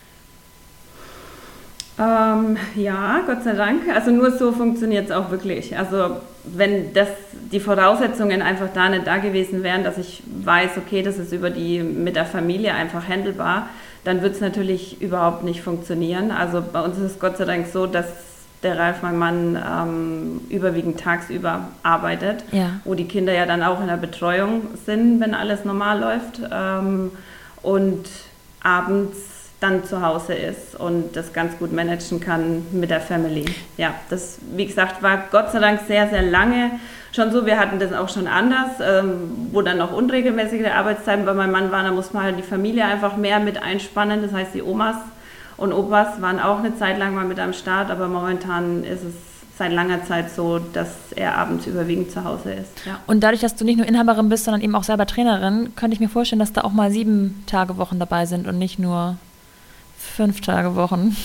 Ja, Gott sei Dank. Also nur so funktioniert es auch wirklich. Also wenn die Voraussetzungen einfach nicht da gewesen wären, dass ich weiß, okay, das ist mit der Familie einfach handelbar, dann wird es natürlich überhaupt nicht funktionieren. Also bei uns ist es Gott sei Dank so, dass der Ralf, mein Mann, überwiegend tagsüber arbeitet, wo die Kinder ja dann auch in der Betreuung sind, wenn alles normal läuft, und abends dann zu Hause ist und das ganz gut managen kann mit der Family. Ja, das, wie gesagt, war Gott sei Dank sehr, sehr lange schon so. Wir hatten das auch schon anders, wo dann noch unregelmäßige Arbeitszeiten bei meinem Mann waren. Da muss man halt die Familie einfach mehr mit einspannen, das heißt die Omas und Opas waren auch eine Zeit lang mal mit am Start, aber momentan ist es seit langer Zeit so, dass er abends überwiegend zu Hause ist. Ja. Und dadurch, dass du nicht nur Inhaberin bist, sondern eben auch selber Trainerin, könnte ich mir vorstellen, dass da auch mal 7-Tage-Wochen dabei sind und nicht nur 5-Tage-Wochen.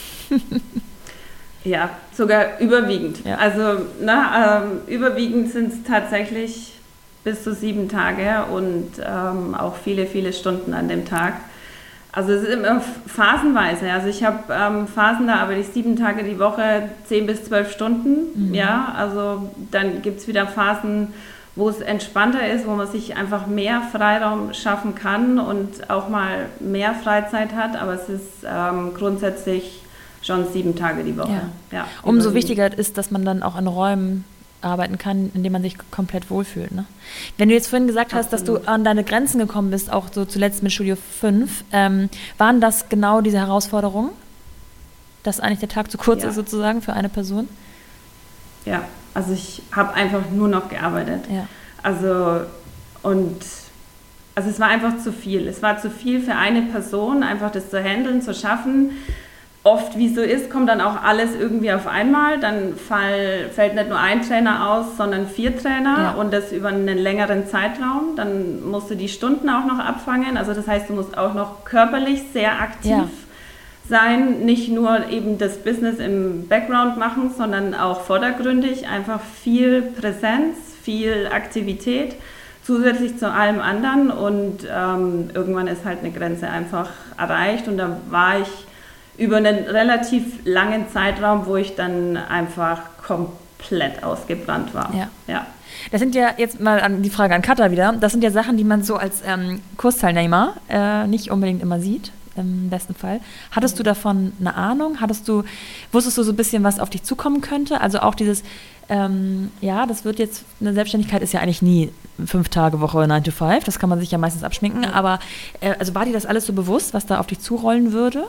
Ja, sogar überwiegend. Ja. Also überwiegend sind es tatsächlich bis zu 7 Tage und auch viele, viele Stunden an dem Tag. Also es ist immer phasenweise. Also ich habe Phasen, da arbeite ich 7 Tage die Woche, 10 bis 12 Stunden. Mhm. Ja, also dann gibt es wieder Phasen, wo es entspannter ist, wo man sich einfach mehr Freiraum schaffen kann und auch mal mehr Freizeit hat. Aber es ist grundsätzlich schon 7 Tage die Woche. Ja. Ja, umso wichtiger ist, dass man dann auch an Räumen arbeiten kann, in dem man sich komplett wohlfühlt. Ne? Wenn du jetzt vorhin gesagt hast, dass du an deine Grenzen gekommen bist, auch so zuletzt mit Studio 5, waren das genau diese Herausforderungen? Dass eigentlich der Tag zu kurz ist sozusagen für eine Person? Ja, also ich habe einfach nur noch gearbeitet. Ja. Also es war einfach zu viel. Es war zu viel für eine Person, einfach das zu handeln, zu schaffen. Oft, wie es so ist, kommt dann auch alles irgendwie auf einmal. Dann fällt nicht nur ein Trainer aus, sondern 4 Trainer und das über einen längeren Zeitraum. Dann musst du die Stunden auch noch abfangen. Also das heißt, du musst auch noch körperlich sehr aktiv sein. Nicht nur eben das Business im Background machen, sondern auch vordergründig. Einfach viel Präsenz, viel Aktivität, zusätzlich zu allem anderen. Und irgendwann ist halt eine Grenze einfach erreicht. Und da war ich über einen relativ langen Zeitraum, wo ich dann einfach komplett ausgebrannt war. Ja. Das sind ja jetzt mal die Frage an Katha wieder. Das sind ja Sachen, die man so als Kursteilnehmer nicht unbedingt immer sieht. im besten Fall. Hattest du davon eine Ahnung? Wusstest du so ein bisschen, was auf dich zukommen könnte? Also auch dieses, das wird jetzt, eine Selbstständigkeit ist ja eigentlich nie 5-Tage-Woche, 9 to 5, das kann man sich ja meistens abschminken, aber also war dir das alles so bewusst, was da auf dich zurollen würde?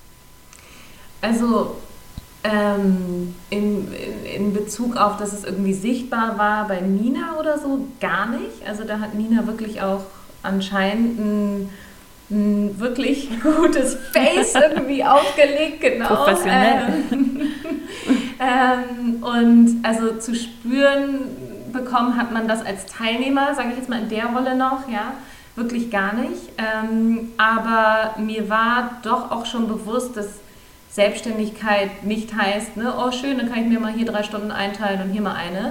Also in Bezug auf, dass es irgendwie sichtbar war bei Nina oder so, gar nicht. Also da hat Nina wirklich auch anscheinend ein wirklich gutes Face irgendwie aufgelegt, genau. Professionell. Und also zu spüren bekommen hat man das als Teilnehmer, sage ich jetzt mal in der Rolle noch, ja, wirklich gar nicht. Aber mir war doch auch schon bewusst, dass Selbstständigkeit nicht heißt, ne, oh schön, dann kann ich mir mal hier 3 Stunden einteilen und hier mal eine.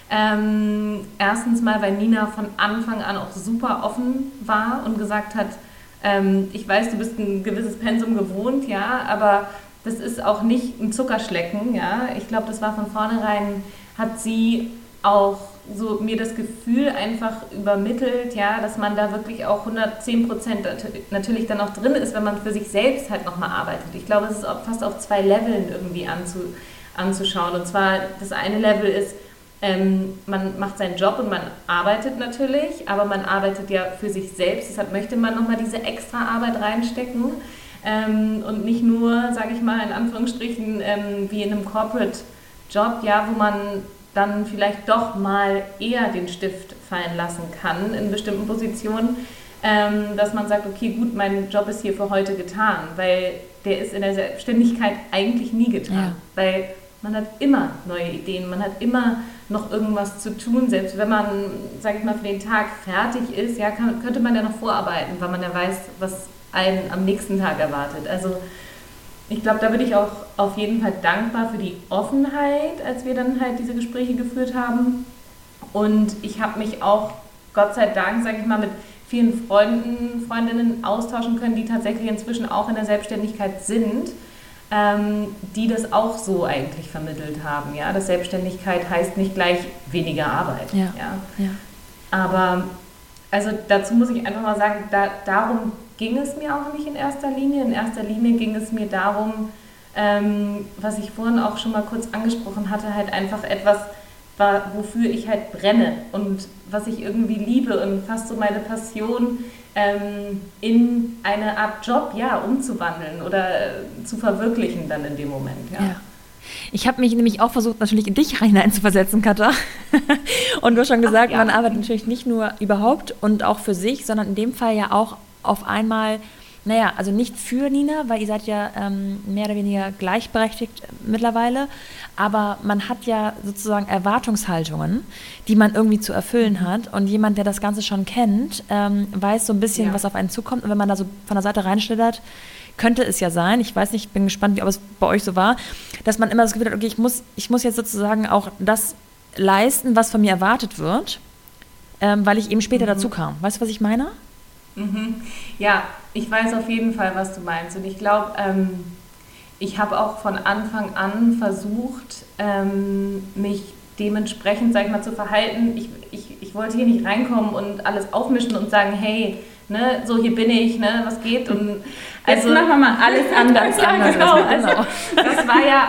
Erstens mal, weil Nina von Anfang an auch super offen war und gesagt hat, ich weiß, du bist ein gewisses Pensum gewohnt, ja, aber das ist auch nicht ein Zuckerschlecken, ja. Ich glaube, das war von vornherein, hat sie auch so mir das Gefühl einfach übermittelt, ja, dass man da wirklich auch 110% natürlich dann auch drin ist, wenn man für sich selbst halt nochmal arbeitet. Ich glaube, es ist auch fast auf 2 Leveln irgendwie anzuschauen. Und zwar, das eine Level ist, man macht seinen Job und man arbeitet natürlich, aber man arbeitet ja für sich selbst. Deshalb möchte man nochmal diese extra Arbeit reinstecken und nicht nur, sage ich mal, in Anführungsstrichen wie in einem Corporate-Job, ja, wo man dann vielleicht doch mal eher den Stift fallen lassen kann in bestimmten Positionen, dass man sagt, okay, gut, mein Job ist hier für heute getan, weil der ist in der Selbstständigkeit eigentlich nie getan, weil man hat immer neue Ideen, man hat immer noch irgendwas zu tun, selbst wenn man, sage ich mal, für den Tag fertig ist, ja, könnte man ja noch vorarbeiten, weil man ja weiß, was einen am nächsten Tag erwartet. Also ich glaube, da bin ich auch auf jeden Fall dankbar für die Offenheit, als wir dann halt diese Gespräche geführt haben. Und ich habe mich auch, Gott sei Dank, sage ich mal, mit vielen Freundinnen austauschen können, die tatsächlich inzwischen auch in der Selbstständigkeit sind, die das auch so eigentlich vermittelt haben. Ja? Dass Selbstständigkeit heißt nicht gleich weniger Arbeit. Ja. Aber also dazu muss ich einfach mal sagen, darum ging es mir auch nicht in erster Linie. In erster Linie ging es mir darum, was ich vorhin auch schon mal kurz angesprochen hatte, halt einfach etwas, wofür ich halt brenne und was ich irgendwie liebe und fast so meine Passion in eine Art Job, ja, umzuwandeln oder zu verwirklichen dann in dem Moment, ja. Ich habe mich nämlich auch versucht, natürlich in dich hineinzuversetzen, Katha. Und du hast schon gesagt, man arbeitet natürlich nicht nur überhaupt und auch für sich, sondern in dem Fall ja auch auf einmal, also nicht für Nina, weil ihr seid ja mehr oder weniger gleichberechtigt mittlerweile, aber man hat ja sozusagen Erwartungshaltungen, die man irgendwie zu erfüllen hat, und jemand, der das Ganze schon kennt, weiß so ein bisschen, was auf einen zukommt, und wenn man da so von der Seite reinschlittert, könnte es ja sein, ich weiß nicht, ich bin gespannt, ob es bei euch so war, dass man immer das Gefühl hat, okay, ich muss jetzt sozusagen auch das leisten, was von mir erwartet wird, weil ich eben später dazu kam. Weißt du, was ich meine? Ja, ich weiß auf jeden Fall, was du meinst. Und ich glaube, ich habe auch von Anfang an versucht, mich dementsprechend, sag ich mal, zu verhalten. Ich wollte hier nicht reinkommen und alles aufmischen und sagen, hey, ne, so hier bin ich, ne, was geht? Und also, jetzt machen wir mal alles anders. Ja, genau. Also, das war ja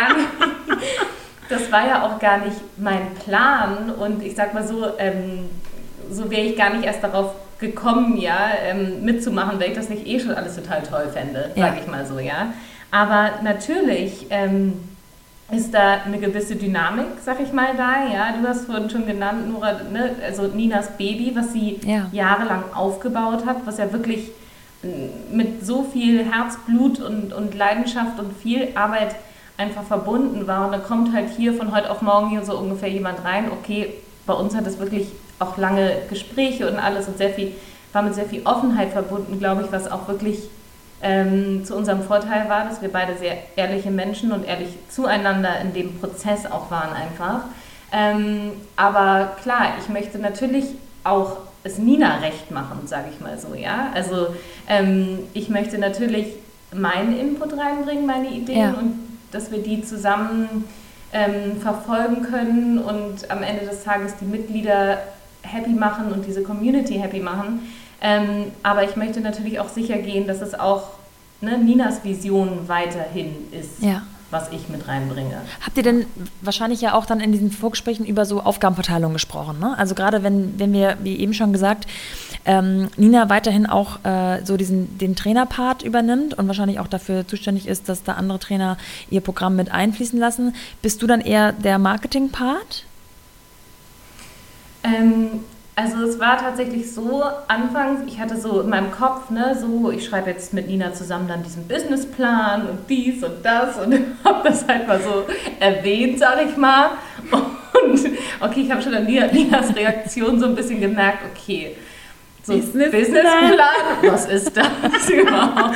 auch gar nicht mein Plan. Und ich sag mal so, so wäre ich gar nicht erst darauf gekommen, ja, mitzumachen, weil ich das nicht eh schon alles total toll fände, sage ich mal so, ja. Aber natürlich ist da eine gewisse Dynamik, sag ich mal, da, ja. Du hast vorhin schon genannt, Nora, ne? Also Ninas Baby, was sie jahrelang aufgebaut hat, was ja wirklich mit so viel Herzblut und Leidenschaft und viel Arbeit einfach verbunden war. Und da kommt halt hier von heute auf morgen hier so ungefähr jemand rein, okay, bei uns hat es wirklich auch lange Gespräche und alles und war mit sehr viel Offenheit verbunden, glaube ich, was auch wirklich zu unserem Vorteil war, dass wir beide sehr ehrliche Menschen und ehrlich zueinander in dem Prozess auch waren einfach. Aber klar, ich möchte natürlich auch es Nina recht machen, sage ich mal so, ja. Also ich möchte natürlich meinen Input reinbringen, meine Ideen, und dass wir die zusammen verfolgen können und am Ende des Tages die Mitglieder happy machen und diese Community happy machen. Aber ich möchte natürlich auch sicher gehen, dass es auch Ninas Vision weiterhin ist, was ich mit reinbringe. Habt ihr denn wahrscheinlich ja auch dann in diesen Vorgesprächen über so Aufgabenverteilung gesprochen, ne? Also gerade wenn wir, wie eben schon gesagt, Nina weiterhin auch so den Trainerpart übernimmt und wahrscheinlich auch dafür zuständig ist, dass da andere Trainer ihr Programm mit einfließen lassen, bist du dann eher der Marketing-Part? Also es war tatsächlich so, anfangs, ich hatte so in meinem Kopf, ich schreibe jetzt mit Nina zusammen dann diesen Businessplan und dies und das und habe das halt mal so erwähnt, sag ich mal. Und okay, ich habe schon an Ninas Reaktion so ein bisschen gemerkt, okay, so Businessplan, was ist das überhaupt?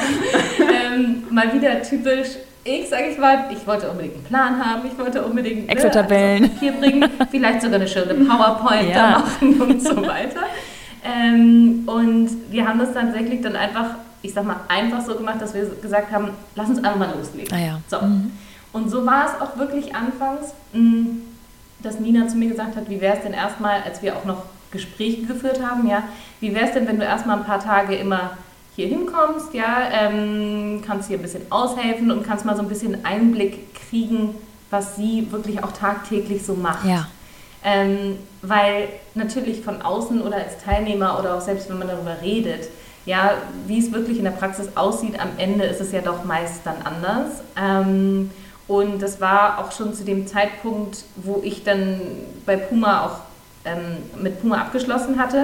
Mal wieder typisch. Sage ich mal, ich wollte unbedingt einen Plan haben, ich wollte unbedingt Excel-Tabellen hier bringen, vielleicht sogar eine schöne PowerPoint da machen und so weiter. Und wir haben das tatsächlich dann einfach, einfach so gemacht, dass wir gesagt haben, lass uns einfach mal loslegen. So. Und so war es auch wirklich anfangs, dass Nina zu mir gesagt hat, wie wäre es denn erstmal, als wir auch noch Gespräche geführt haben, wie wäre es denn, wenn du erstmal ein paar Tage immer hier hinkommst, kannst hier ein bisschen aushelfen und kannst mal so ein bisschen Einblick kriegen, was sie wirklich auch tagtäglich so macht. Ja. Weil natürlich von außen oder als Teilnehmer oder auch selbst wenn man darüber redet, wie es wirklich in der Praxis aussieht, am Ende ist es ja doch meist dann anders. Und das war auch schon zu dem Zeitpunkt, wo ich dann bei Puma auch mit Puma abgeschlossen hatte.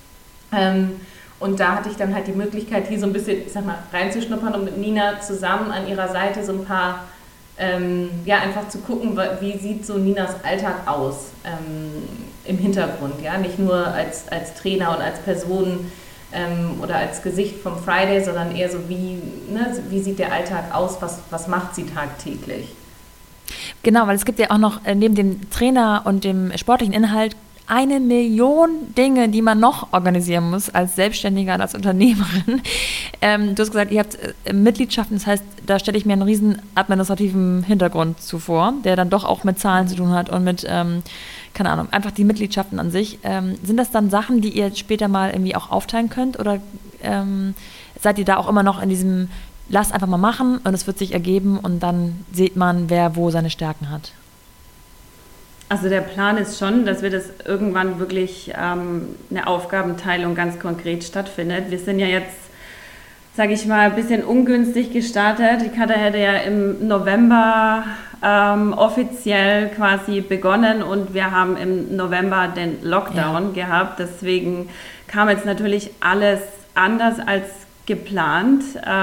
Und da hatte ich dann halt die Möglichkeit, hier so ein bisschen, reinzuschnuppern und mit Nina zusammen an ihrer Seite so ein paar, einfach zu gucken, wie sieht so Ninas Alltag aus im Hintergrund, nicht nur als Trainer und als Person oder als Gesicht vom Friday, sondern eher so wie sieht der Alltag aus, was macht sie tagtäglich. Genau, weil es gibt ja auch noch neben dem Trainer und dem sportlichen Inhalt 1 Million Dinge, die man noch organisieren muss als Selbstständiger und als Unternehmerin. Du hast gesagt, ihr habt Mitgliedschaften, das heißt, da stelle ich mir einen riesen administrativen Hintergrund zuvor, der dann doch auch mit Zahlen zu tun hat und mit, keine Ahnung, einfach die Mitgliedschaften an sich. Sind das dann Sachen, die ihr später mal irgendwie auch aufteilen könnt oder seid ihr da auch immer noch in diesem, lasst einfach mal machen und es wird sich ergeben und dann sieht man, wer wo seine Stärken hat? Also der Plan ist schon, dass wir das irgendwann wirklich eine Aufgabenteilung ganz konkret stattfindet. Wir sind ja jetzt, sage ich mal, ein bisschen ungünstig gestartet. Die Katha hätte ja im November offiziell quasi begonnen und wir haben im November den Lockdown gehabt. Deswegen kam jetzt natürlich alles anders als geplant.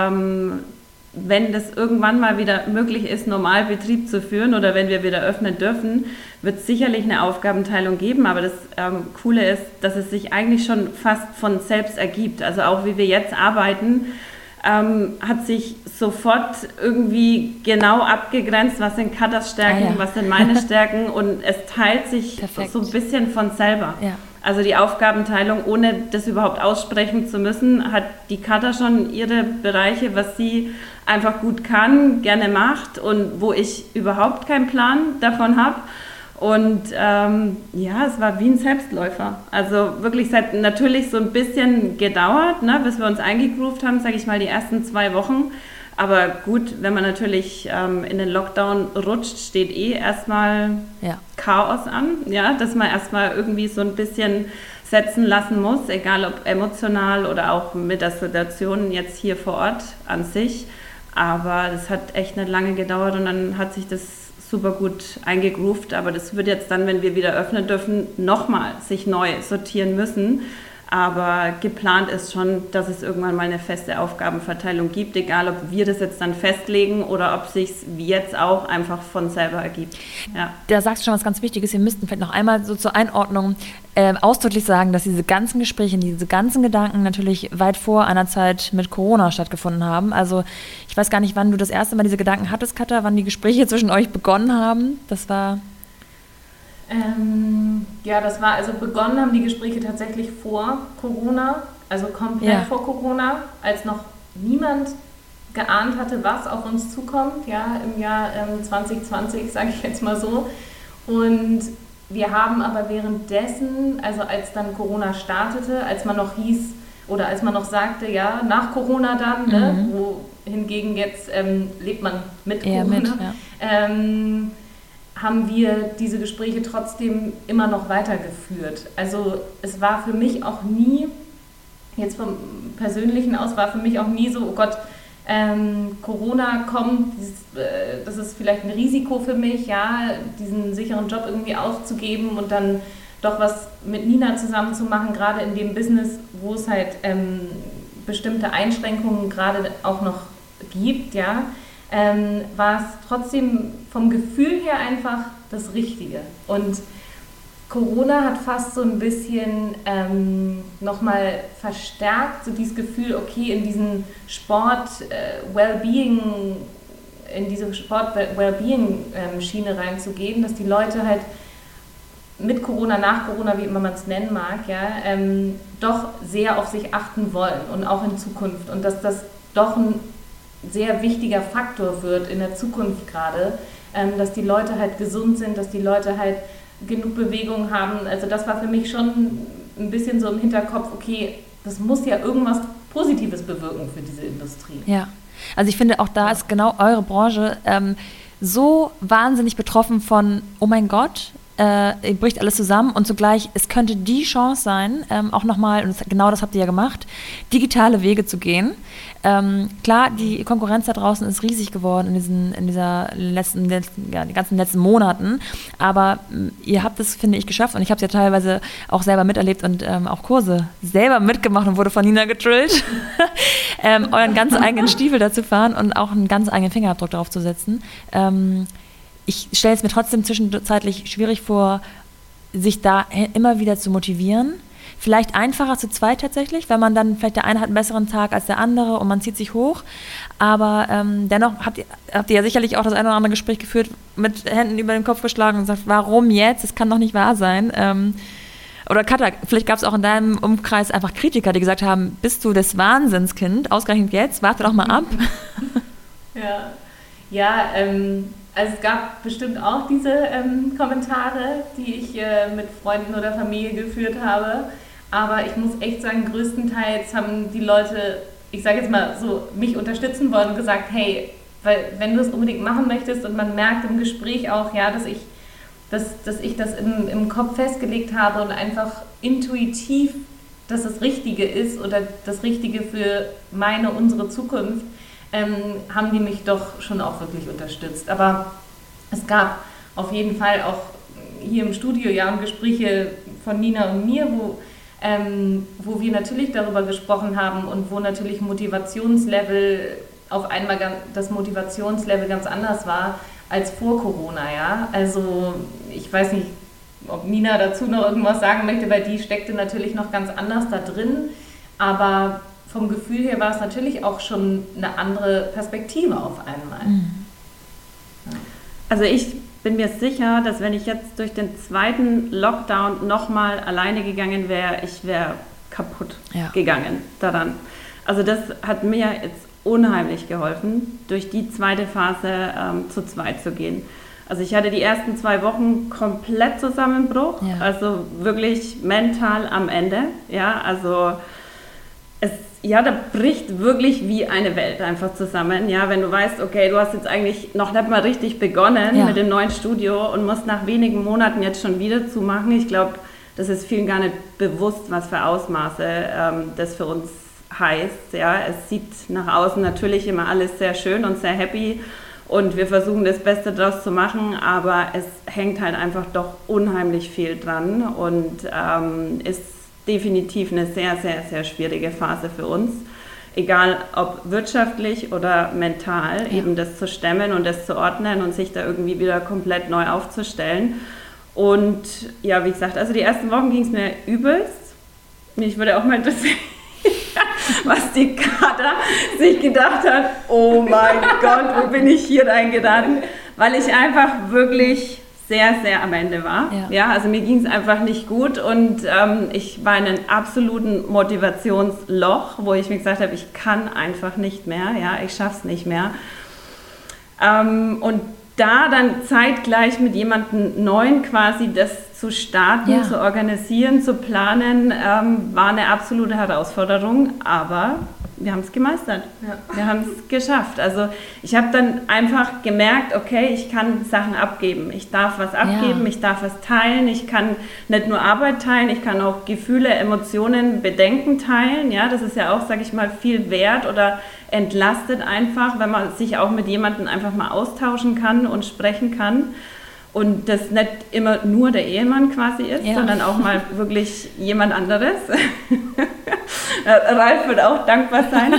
Wenn das irgendwann mal wieder möglich ist, normal Betrieb zu führen oder wenn wir wieder öffnen dürfen, wird es sicherlich eine Aufgabenteilung geben. Aber das Coole ist, dass es sich eigentlich schon fast von selbst ergibt. Also auch wie wir jetzt arbeiten, hat sich sofort irgendwie genau abgegrenzt, was sind Kathas Stärken, was sind meine Stärken und es teilt sich so ein bisschen von selber. Ja. Also die Aufgabenteilung, ohne das überhaupt aussprechen zu müssen, hat die Katha schon ihre Bereiche, was sie einfach gut kann, gerne macht und wo ich überhaupt keinen Plan davon habe. Und es war wie ein Selbstläufer. Also wirklich, es hat natürlich so ein bisschen gedauert, bis wir uns eingegroovt haben, sage ich mal, die ersten 2 Wochen. Aber gut, wenn man natürlich in den Lockdown rutscht, steht erstmal Chaos an, dass man erstmal irgendwie so ein bisschen setzen lassen muss, egal ob emotional oder auch mit der Situation jetzt hier vor Ort an sich. Aber das hat echt nicht lange gedauert und dann hat sich das super gut eingegroovt. Aber das wird jetzt dann, wenn wir wieder öffnen dürfen, nochmal sich neu sortieren müssen. Aber geplant ist schon, dass es irgendwann mal eine feste Aufgabenverteilung gibt, egal ob wir das jetzt dann festlegen oder ob es sich wie jetzt auch einfach von selber ergibt. Ja. Da sagst du schon was ganz Wichtiges. Wir müssten vielleicht noch einmal so zur Einordnung ausdrücklich sagen, dass diese ganzen Gespräche, diese ganzen Gedanken natürlich weit vor einer Zeit mit Corona stattgefunden haben. Also ich weiß gar nicht, wann du das erste Mal diese Gedanken hattest, Katha, wann die Gespräche zwischen euch begonnen haben. Das war... das war, also begonnen haben die Gespräche tatsächlich vor Corona, also komplett vor Corona, als noch niemand geahnt hatte, was auf uns zukommt, im Jahr 2020, sage ich jetzt mal so. Und wir haben aber währenddessen, also als dann Corona startete, als man noch hieß, oder als man noch sagte, ja, nach Corona dann, ne, wo hingegen jetzt lebt man mit eher Corona, mit, ja. haben wir diese Gespräche trotzdem immer noch weitergeführt. Also es war für mich auch nie, jetzt vom Persönlichen aus, war für mich auch nie so, oh Gott, Corona kommt, das ist vielleicht ein Risiko für mich, ja, diesen sicheren Job irgendwie aufzugeben und dann doch was mit Nina zusammen zu machen, gerade in dem Business, wo es halt bestimmte Einschränkungen gerade auch noch gibt, ja, war es trotzdem vom Gefühl her einfach das Richtige. Und Corona hat fast so ein bisschen nochmal verstärkt, so dieses Gefühl, okay, in diesen Sport-Wellbeing, in diese Sport-Wellbeing-Schiene reinzugehen, dass die Leute halt mit Corona, nach Corona, wie immer man es nennen mag, ja, doch sehr auf sich achten wollen und auch in Zukunft. Und dass das doch ein sehr wichtiger Faktor wird in der Zukunft gerade, dass die Leute halt gesund sind, dass die Leute halt genug Bewegung haben. Also das war für mich schon ein bisschen so im Hinterkopf, okay, das muss ja irgendwas Positives bewirken für diese Industrie. Ja, also ich finde auch da ist genau eure Branche so wahnsinnig betroffen von, oh mein Gott, bricht alles zusammen und zugleich, es könnte die Chance sein, auch nochmal, und genau das habt ihr ja gemacht, digitale Wege zu gehen. Klar, die Konkurrenz da draußen ist riesig geworden in den ganzen letzten Monaten, aber ihr habt es, finde ich, geschafft und ich habe es ja teilweise auch selber miterlebt und auch Kurse selber mitgemacht und wurde von Nina gedrillt, euren ganz eigenen Stiefel dazu fahren und auch einen ganz eigenen Fingerabdruck darauf zu setzen. Ich stelle es mir trotzdem zwischenzeitlich schwierig vor, sich da immer wieder zu motivieren. Vielleicht einfacher zu zweit tatsächlich, weil man dann, vielleicht der eine hat einen besseren Tag als der andere und man zieht sich hoch. Aber dennoch habt ihr ja sicherlich auch das eine oder andere Gespräch geführt, mit Händen über den Kopf geschlagen und gesagt, warum jetzt? Das kann doch nicht wahr sein. Oder Katha, vielleicht gab es auch in deinem Umkreis einfach Kritiker, die gesagt haben, bist du das Wahnsinnskind, ausgerechnet jetzt, warte doch mal ab. Also es gab bestimmt auch diese Kommentare, die ich mit Freunden oder Familie geführt habe. Aber ich muss echt sagen, größtenteils haben die Leute, ich sage jetzt mal so, mich unterstützen wollen und gesagt, hey, weil wenn du es unbedingt machen möchtest und man merkt im Gespräch auch, ja, dass ich das im Kopf festgelegt habe und einfach intuitiv, dass das Richtige ist oder das Richtige für unsere Zukunft, haben die mich doch schon auch wirklich unterstützt. Aber es gab auf jeden Fall auch hier im Studio Gespräche von Nina und mir, wo wir natürlich darüber gesprochen haben und wo natürlich auf einmal das Motivationslevel ganz anders war als vor Corona. Ja? Also ich weiß nicht, ob Nina dazu noch irgendwas sagen möchte, weil die steckte natürlich noch ganz anders da drin, aber vom Gefühl her war es natürlich auch schon eine andere Perspektive auf einmal. Mhm. Ja. Also ich bin mir sicher, dass wenn ich jetzt durch den zweiten Lockdown nochmal alleine gegangen wäre, ich wäre kaputt gegangen daran. Also das hat mir jetzt unheimlich geholfen, durch die zweite Phase zu zweit zu gehen. Also ich hatte die ersten 2 Wochen komplett Zusammenbruch, also wirklich mental am Ende. Ja, also da bricht wirklich wie eine Welt einfach zusammen. Ja, wenn du weißt, okay, du hast jetzt eigentlich noch nicht mal richtig begonnen mit dem neuen Studio und musst nach wenigen Monaten jetzt schon wieder zumachen. Ich glaube, das ist vielen gar nicht bewusst, was für Ausmaße das für uns heißt. Ja, es sieht nach außen natürlich immer alles sehr schön und sehr happy und wir versuchen das Beste draus zu machen, aber es hängt halt einfach doch unheimlich viel dran und ist definitiv eine sehr, sehr, sehr schwierige Phase für uns. Egal ob wirtschaftlich oder mental, eben das zu stemmen und das zu ordnen und sich da irgendwie wieder komplett neu aufzustellen. Und ja, wie gesagt, also die ersten Wochen ging es mir übelst. Mich würde auch mal interessieren, was die Katha sich gedacht hat. Oh mein Gott, wo bin ich hier reingeraten? Weil ich einfach wirklich sehr, sehr am Ende war. Ja, also mir ging es einfach nicht gut und ich war in einem absoluten Motivationsloch, wo ich mir gesagt habe, ich kann einfach nicht mehr, ich schaffe es nicht mehr. Und da dann zeitgleich mit jemandem Neuen quasi das zu starten, zu organisieren, zu planen, war eine absolute Herausforderung, aber wir haben es gemeistert. Ja. Wir haben es geschafft. Also ich habe dann einfach gemerkt, okay, ich kann Sachen abgeben. Ich darf was abgeben, ich darf was teilen. Ich kann nicht nur Arbeit teilen, ich kann auch Gefühle, Emotionen, Bedenken teilen. Ja, das ist ja auch, sage ich mal, viel wert oder entlastet einfach, wenn man sich auch mit jemandem einfach mal austauschen kann und sprechen kann. Und das nicht immer nur der Ehemann quasi ist, sondern auch mal wirklich jemand anderes. Ralf wird auch dankbar sein.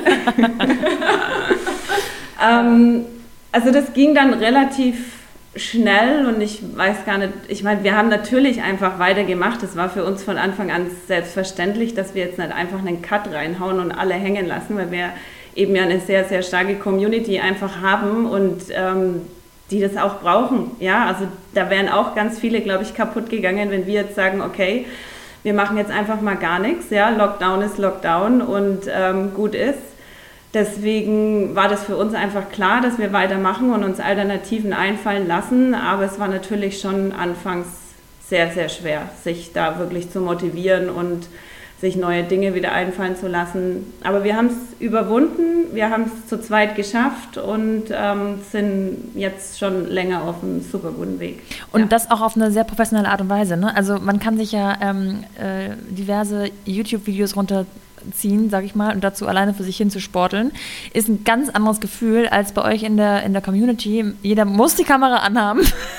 Also das ging dann relativ schnell und ich weiß gar nicht, ich meine, wir haben natürlich einfach weitergemacht. Es war für uns von Anfang an selbstverständlich, dass wir jetzt nicht einfach einen Cut reinhauen und alle hängen lassen, weil wir eben ja eine sehr, sehr starke Community einfach haben und die das auch brauchen. Ja, also da wären auch ganz viele, glaube ich, kaputt gegangen, wenn wir jetzt sagen, okay, wir machen jetzt einfach mal gar nichts. Ja, Lockdown ist Lockdown und gut ist. Deswegen war das für uns einfach klar, dass wir weitermachen und uns Alternativen einfallen lassen. Aber es war natürlich schon anfangs sehr, sehr schwer, sich da wirklich zu motivieren und sich neue Dinge wieder einfallen zu lassen. Aber wir haben es überwunden, wir haben es zu zweit geschafft und sind jetzt schon länger auf einem super guten Weg. Und das auch auf eine sehr professionelle Art und Weise, ne? Also man kann sich ja diverse YouTube-Videos runterziehen, sag ich mal, und dazu alleine für sich hin zu sporteln, ist ein ganz anderes Gefühl als bei euch in der Community. Jeder muss die Kamera anhaben.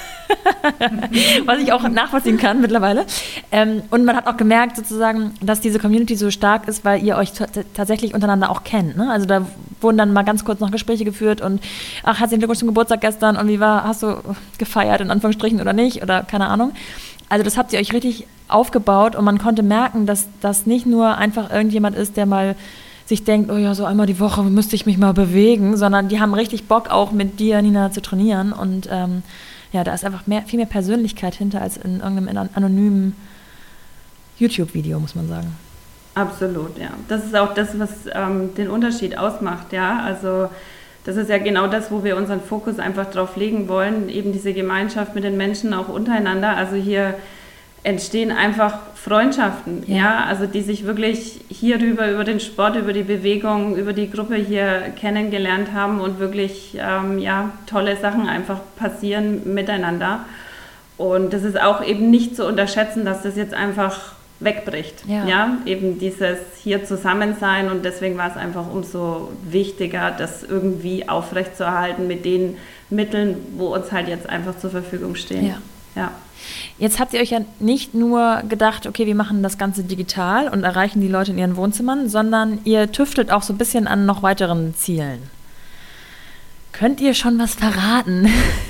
Was ich auch nachvollziehen kann mittlerweile. Und man hat auch gemerkt sozusagen, dass diese Community so stark ist, weil ihr euch tatsächlich untereinander auch kennt. Ne? Also da wurden dann mal ganz kurz noch Gespräche geführt und ach, herzlichen Glückwunsch zum Geburtstag gestern und wie war, hast du gefeiert in Anführungsstrichen oder nicht oder keine Ahnung. Also das habt ihr euch richtig aufgebaut und man konnte merken, dass das nicht nur einfach irgendjemand ist, der mal sich denkt, oh ja, so einmal die Woche müsste ich mich mal bewegen, sondern die haben richtig Bock auch mit dir, Nina, zu trainieren und ja, da ist einfach viel mehr Persönlichkeit hinter als in irgendeinem anonymen YouTube-Video, muss man sagen. Absolut, ja. Das ist auch das, was den Unterschied ausmacht, ja. Also das ist ja genau das, wo wir unseren Fokus einfach drauf legen wollen, eben diese Gemeinschaft mit den Menschen auch untereinander. Also hier entstehen einfach Freundschaften, ja, also die sich wirklich hierüber, über den Sport, über die Bewegung, über die Gruppe hier kennengelernt haben und wirklich, tolle Sachen einfach passieren miteinander. Und das ist auch eben nicht zu unterschätzen, dass das jetzt einfach wegbricht, ja, eben dieses hier Zusammensein und deswegen war es einfach umso wichtiger, das irgendwie aufrechtzuerhalten mit den Mitteln, wo uns halt jetzt einfach zur Verfügung stehen. Ja. Jetzt habt ihr euch ja nicht nur gedacht, okay, wir machen das Ganze digital und erreichen die Leute in ihren Wohnzimmern, sondern ihr tüftelt auch so ein bisschen an noch weiteren Zielen. Könnt ihr schon was verraten?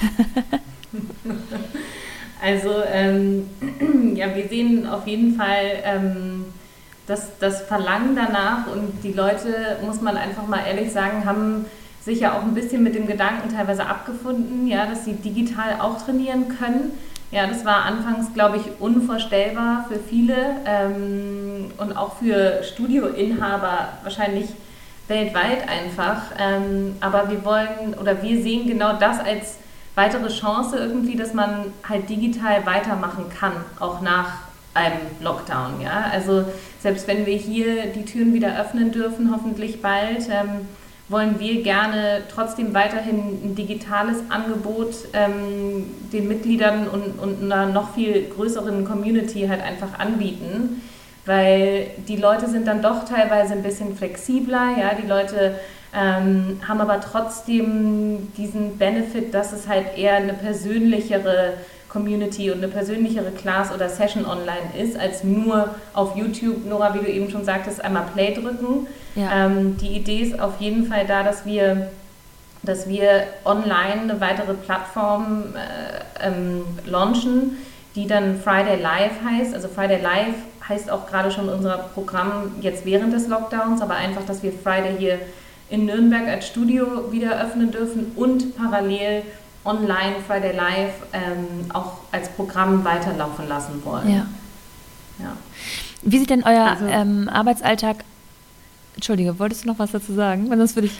Also, wir sehen auf jeden Fall das Verlangen danach und die Leute, muss man einfach mal ehrlich sagen, haben sich ja auch ein bisschen mit dem Gedanken teilweise abgefunden, ja, dass sie digital auch trainieren können. Ja, das war anfangs, glaube ich, unvorstellbar für viele und auch für Studioinhaber wahrscheinlich weltweit einfach. Aber wir sehen genau das als weitere Chance irgendwie, dass man halt digital weitermachen kann, auch nach einem Lockdown. Ja? Also selbst wenn wir hier die Türen wieder öffnen dürfen, hoffentlich bald, wollen wir gerne trotzdem weiterhin ein digitales Angebot den Mitgliedern und einer noch viel größeren Community halt einfach anbieten, weil die Leute sind dann doch teilweise ein bisschen flexibler, ja, die Leute haben aber trotzdem diesen Benefit, dass es halt eher eine persönlichere Community und eine persönlichere Class oder Session online ist, als nur auf YouTube, Nora, wie du eben schon sagtest, einmal Play drücken. Ja. Die Idee ist auf jeden Fall da, dass wir online eine weitere Plattform launchen, die dann Friday Live heißt. Also Friday Live heißt auch gerade schon unser Programm jetzt während des Lockdowns, aber einfach, dass wir Friday hier in Nürnberg als Studio wieder öffnen dürfen und parallel online Friday Live auch als Programm weiterlaufen lassen wollen. Ja. Wie sieht denn euer Arbeitsalltag... Entschuldige, wolltest du noch was dazu sagen? Weil sonst würde ich...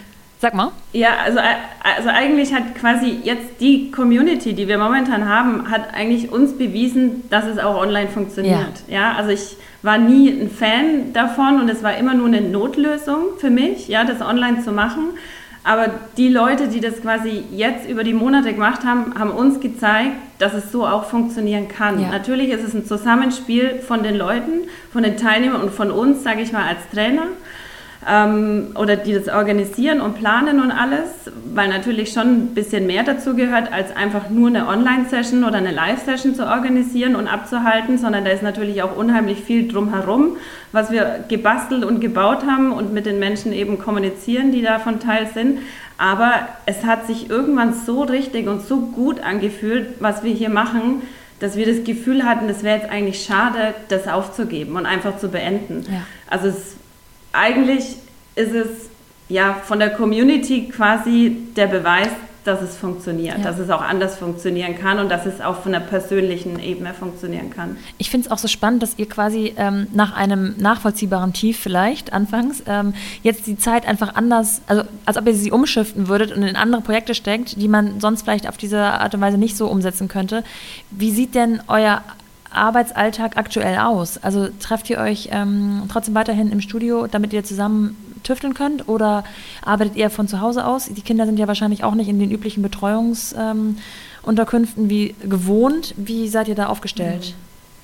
Sag mal. Ja, also eigentlich hat quasi jetzt die Community, die wir momentan haben, hat eigentlich uns bewiesen, dass es auch online funktioniert. Ja, also ich war nie ein Fan davon und es war immer nur eine Notlösung für mich, ja, das online zu machen. Aber die Leute, die das quasi jetzt über die Monate gemacht haben, haben uns gezeigt, dass es so auch funktionieren kann. Ja. Natürlich ist es ein Zusammenspiel von den Leuten, von den Teilnehmern und von uns, sage ich mal, als Trainer. Oder die das organisieren und planen und alles, weil natürlich schon ein bisschen mehr dazu gehört, als einfach nur eine Online-Session oder eine Live-Session zu organisieren und abzuhalten, sondern da ist natürlich auch unheimlich viel drumherum, was wir gebastelt und gebaut haben und mit den Menschen eben kommunizieren, die davon Teil sind. Aber es hat sich irgendwann so richtig und so gut angefühlt, was wir hier machen, dass wir das Gefühl hatten, es wäre jetzt eigentlich schade, das aufzugeben und einfach zu beenden. Ja. Also eigentlich ist es ja von der Community quasi der Beweis, dass es funktioniert, dass es auch anders funktionieren kann und dass es auch von der persönlichen Ebene funktionieren kann. Ich finde es auch so spannend, dass ihr quasi nach einem nachvollziehbaren Tief vielleicht anfangs jetzt die Zeit einfach anders, also als ob ihr sie umschiften würdet und in andere Projekte steckt, die man sonst vielleicht auf diese Art und Weise nicht so umsetzen könnte. Wie sieht denn euer Arbeitsalltag aktuell aus? Also trefft ihr euch trotzdem weiterhin im Studio, damit ihr zusammen tüfteln könnt, oder arbeitet ihr von zu Hause aus? Die Kinder sind ja wahrscheinlich auch nicht in den üblichen Betreuungsunterkünften wie gewohnt. Wie seid ihr da aufgestellt?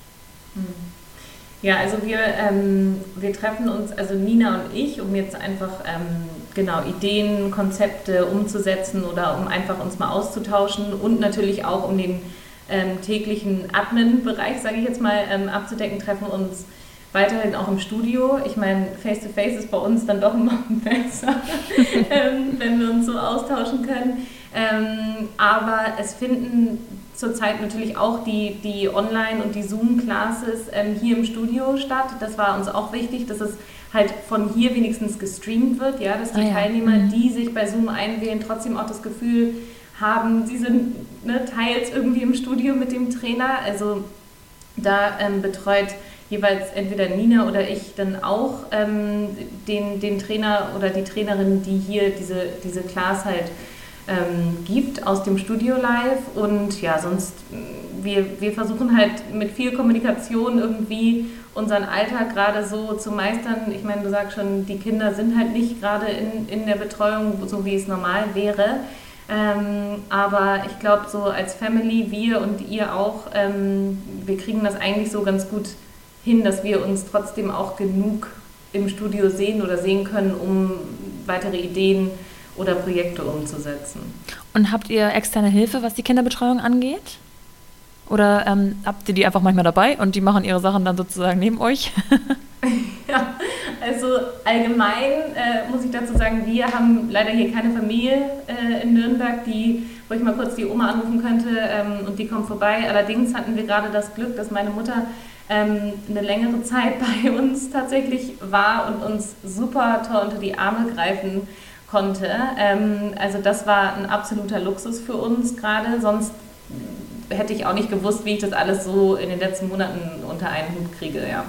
Ja, also wir treffen uns, also Nina und ich, um jetzt einfach Ideen, Konzepte umzusetzen oder um einfach uns mal auszutauschen und natürlich auch um den täglichen Admin-Bereich, sage ich jetzt mal, abzudecken, treffen uns weiterhin auch im Studio. Ich meine, Face-to-Face ist bei uns dann doch immer besser, wenn wir uns so austauschen können. Aber es finden zurzeit natürlich auch die Online- und die Zoom-Classes hier im Studio statt. Das war uns auch wichtig, dass es halt von hier wenigstens gestreamt wird, ja, dass die Teilnehmer, die sich bei Zoom einwählen, trotzdem auch das Gefühl haben, sie sind teils irgendwie im Studio mit dem Trainer. Also da betreut jeweils entweder Nina oder ich dann auch den Trainer oder die Trainerin, die hier diese Class halt gibt aus dem Studio live. Und ja, sonst, wir versuchen halt mit viel Kommunikation irgendwie unseren Alltag gerade so zu meistern. Ich meine, du sagst schon, die Kinder sind halt nicht gerade in der Betreuung, so wie es normal wäre. Aber ich glaube, so als Family, wir und ihr auch, wir kriegen das eigentlich so ganz gut hin, dass wir uns trotzdem auch genug im Studio sehen oder sehen können, um weitere Ideen oder Projekte umzusetzen. Und habt ihr externe Hilfe, was die Kinderbetreuung angeht? Oder habt ihr die einfach manchmal dabei und die machen ihre Sachen dann sozusagen neben euch? Ja, also allgemein muss ich dazu sagen, wir haben leider hier keine Familie in Nürnberg, wo ich mal kurz die Oma anrufen könnte und die kommt vorbei. Allerdings hatten wir gerade das Glück, dass meine Mutter eine längere Zeit bei uns tatsächlich war und uns super toll unter die Arme greifen konnte. Also das war ein absoluter Luxus für uns gerade, sonst hätte ich auch nicht gewusst, wie ich das alles so in den letzten Monaten unter einen Hut kriege, ja.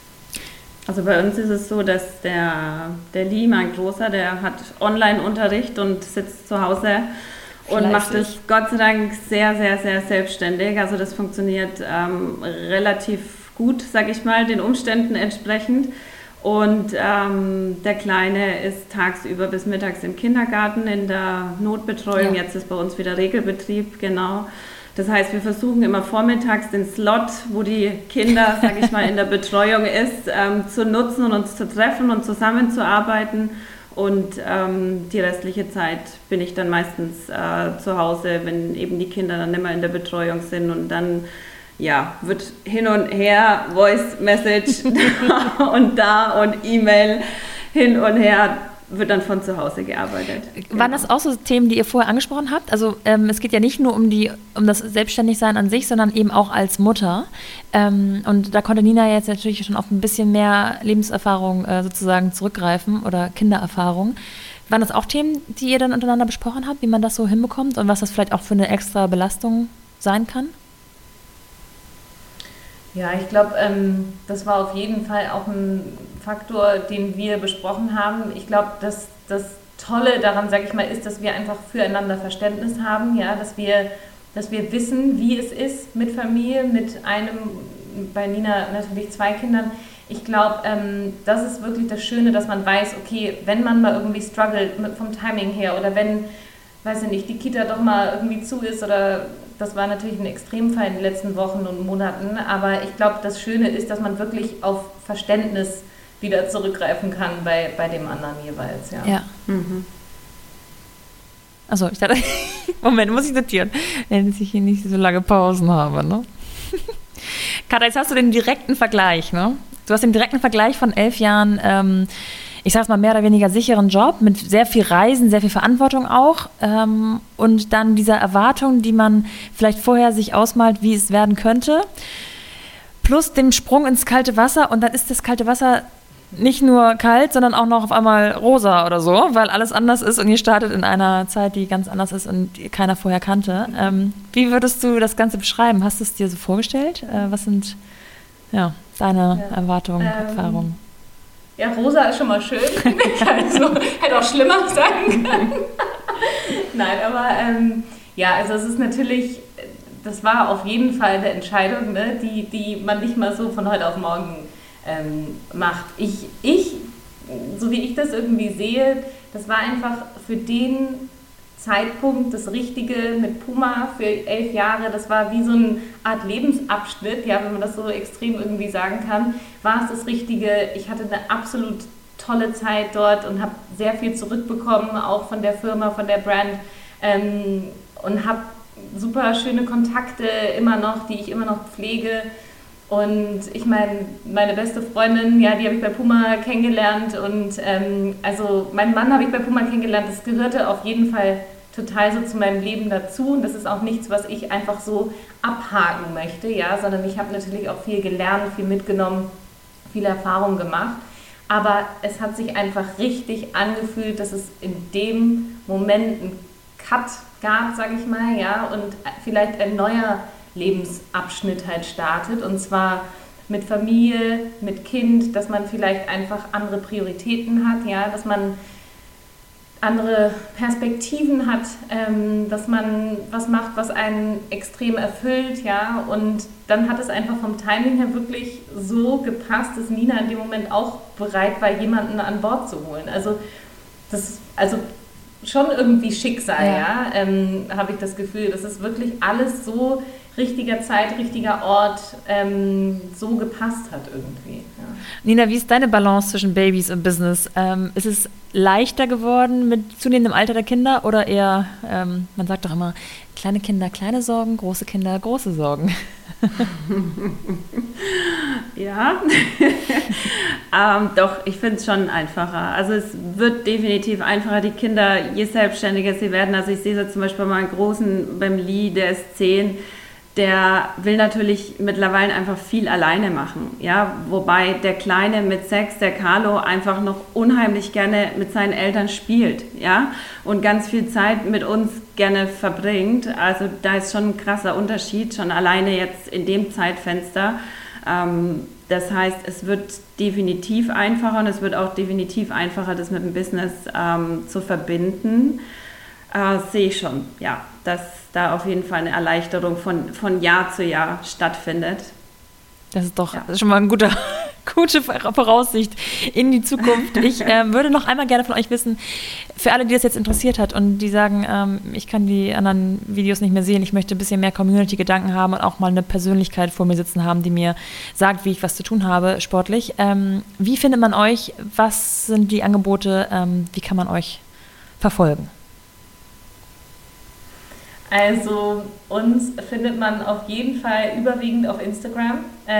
Also bei uns ist es so, dass der Lee, mein Großer, der hat Online-Unterricht und sitzt zu Hause und macht es Gott sei Dank sehr, sehr, sehr selbstständig. Also das funktioniert relativ gut, sage ich mal, den Umständen entsprechend. Und der Kleine ist tagsüber bis mittags im Kindergarten in der Notbetreuung. Ja. Jetzt ist bei uns wieder Regelbetrieb, genau. Das heißt, wir versuchen immer vormittags den Slot, wo die Kinder, sage ich mal, in der Betreuung ist, zu nutzen und uns zu treffen und zusammenzuarbeiten. Und die restliche Zeit bin ich dann meistens zu Hause, wenn eben die Kinder dann nicht mehr in der Betreuung sind. Und dann wird hin und her Voice Message und da und E-Mail hin und her. Wird dann von zu Hause gearbeitet. Waren das auch so Themen, die ihr vorher angesprochen habt? Also es geht ja nicht nur um das Selbstständigsein an sich, sondern eben auch als Mutter. Und da konnte Nina jetzt natürlich schon auf ein bisschen mehr Lebenserfahrung sozusagen zurückgreifen oder Kindererfahrung. Waren das auch Themen, die ihr dann untereinander besprochen habt, wie man das so hinbekommt und was das vielleicht auch für eine extra Belastung sein kann? Ja, ich glaube, das war auf jeden Fall auch ein Faktor, den wir besprochen haben. Ich glaube, das Tolle daran, sage ich mal, ist, dass wir einfach füreinander Verständnis haben, ja, dass wir wissen, wie es ist mit Familie, mit bei Nina natürlich 2 Kindern. Ich glaube, das ist wirklich das Schöne, dass man weiß, okay, wenn man mal irgendwie struggelt vom Timing her oder wenn, weiß ich nicht, die Kita doch mal irgendwie zu ist oder das war natürlich ein Extremfall in den letzten Wochen und Monaten, aber ich glaube, das Schöne ist, dass man wirklich auf Verständnis wieder zurückgreifen kann bei dem anderen jeweils. Ja. Mhm. Achso, ich dachte, Moment, muss ich notieren, wenn ich hier nicht so lange Pausen habe, ne? Katja, jetzt hast du den direkten Vergleich, ne? Du hast den direkten Vergleich von 11 Jahren, ich sag's mal, mehr oder weniger sicheren Job mit sehr viel Reisen, sehr viel Verantwortung auch und dann dieser Erwartung, die man vielleicht vorher sich ausmalt, wie es werden könnte, plus dem Sprung ins kalte Wasser und dann ist das kalte Wasser nicht nur kalt, sondern auch noch auf einmal rosa oder so, weil alles anders ist und ihr startet in einer Zeit, die ganz anders ist und keiner vorher kannte. Wie würdest du das Ganze beschreiben? Hast du es dir so vorgestellt? Was sind deine Erwartungen, Erfahrungen? Ja, rosa ist schon mal schön. Also, hätte auch schlimmer sein können. Nein, aber also es ist natürlich, das war auf jeden Fall eine Entscheidung, ne, die man nicht mal so von heute auf morgen macht. So wie ich das irgendwie sehe, das war einfach für den Zeitpunkt das Richtige mit Puma für 11 Jahre. Das war wie so eine Art Lebensabschnitt, ja, wenn man das so extrem irgendwie sagen kann, war es das Richtige. Ich hatte eine absolut tolle Zeit dort und habe sehr viel zurückbekommen, auch von der Firma, von der Brand und habe super schöne Kontakte immer noch, die ich immer noch pflege. Und ich meine beste Freundin, ja, die habe ich bei Puma kennengelernt und also meinen Mann habe ich bei Puma kennengelernt. Das gehörte auf jeden Fall total so zu meinem Leben dazu und das ist auch nichts, was ich einfach so abhaken möchte, ja, sondern ich habe natürlich auch viel gelernt, viel mitgenommen, viel Erfahrung gemacht. Aber es hat sich einfach richtig angefühlt, dass es in dem Moment einen Cut gab, sage ich mal, ja, und vielleicht ein neuer Lebensabschnitt halt startet und zwar mit Familie, mit Kind, dass man vielleicht einfach andere Prioritäten hat, ja, dass man andere Perspektiven hat, dass man was macht, was einen extrem erfüllt, ja, und dann hat es einfach vom Timing her wirklich so gepasst, dass Nina in dem Moment auch bereit war, jemanden an Bord zu holen. Also schon irgendwie Schicksal, ja, habe ich das Gefühl. Das ist wirklich alles so richtiger Zeit, richtiger Ort so gepasst hat irgendwie. Ja. Nina, wie ist deine Balance zwischen Babys und Business? Ist es leichter geworden mit zunehmendem Alter der Kinder oder eher, man sagt doch immer, kleine Kinder, kleine Sorgen, große Kinder, große Sorgen? Ja, doch, ich finde es schon einfacher. Also es wird definitiv einfacher, die Kinder, je selbstständiger sie werden. Also ich sehe so zum Beispiel mal einen Großen beim Lee, der ist 10, der will natürlich mittlerweile einfach viel alleine machen, ja, wobei der Kleine mit 6, der Carlo, einfach noch unheimlich gerne mit seinen Eltern spielt, ja, und ganz viel Zeit mit uns gerne verbringt. Also da ist schon ein krasser Unterschied, schon alleine jetzt in dem Zeitfenster. Das heißt, es wird definitiv einfacher und es wird auch definitiv einfacher, das mit dem Business zu verbinden. Sehe ich schon, ja, dass da auf jeden Fall eine Erleichterung von Jahr zu Jahr stattfindet. Das ist doch schon mal eine gute Voraussicht in die Zukunft. Ich würde noch einmal gerne von euch wissen, für alle, die das jetzt interessiert hat und die sagen, ich kann die anderen Videos nicht mehr sehen, ich möchte ein bisschen mehr Community-Gedanken haben und auch mal eine Persönlichkeit vor mir sitzen haben, die mir sagt, wie ich was zu tun habe, sportlich. Wie findet man euch? Was sind die Angebote? Wie kann man euch verfolgen? Also uns findet man auf jeden Fall überwiegend auf Instagram.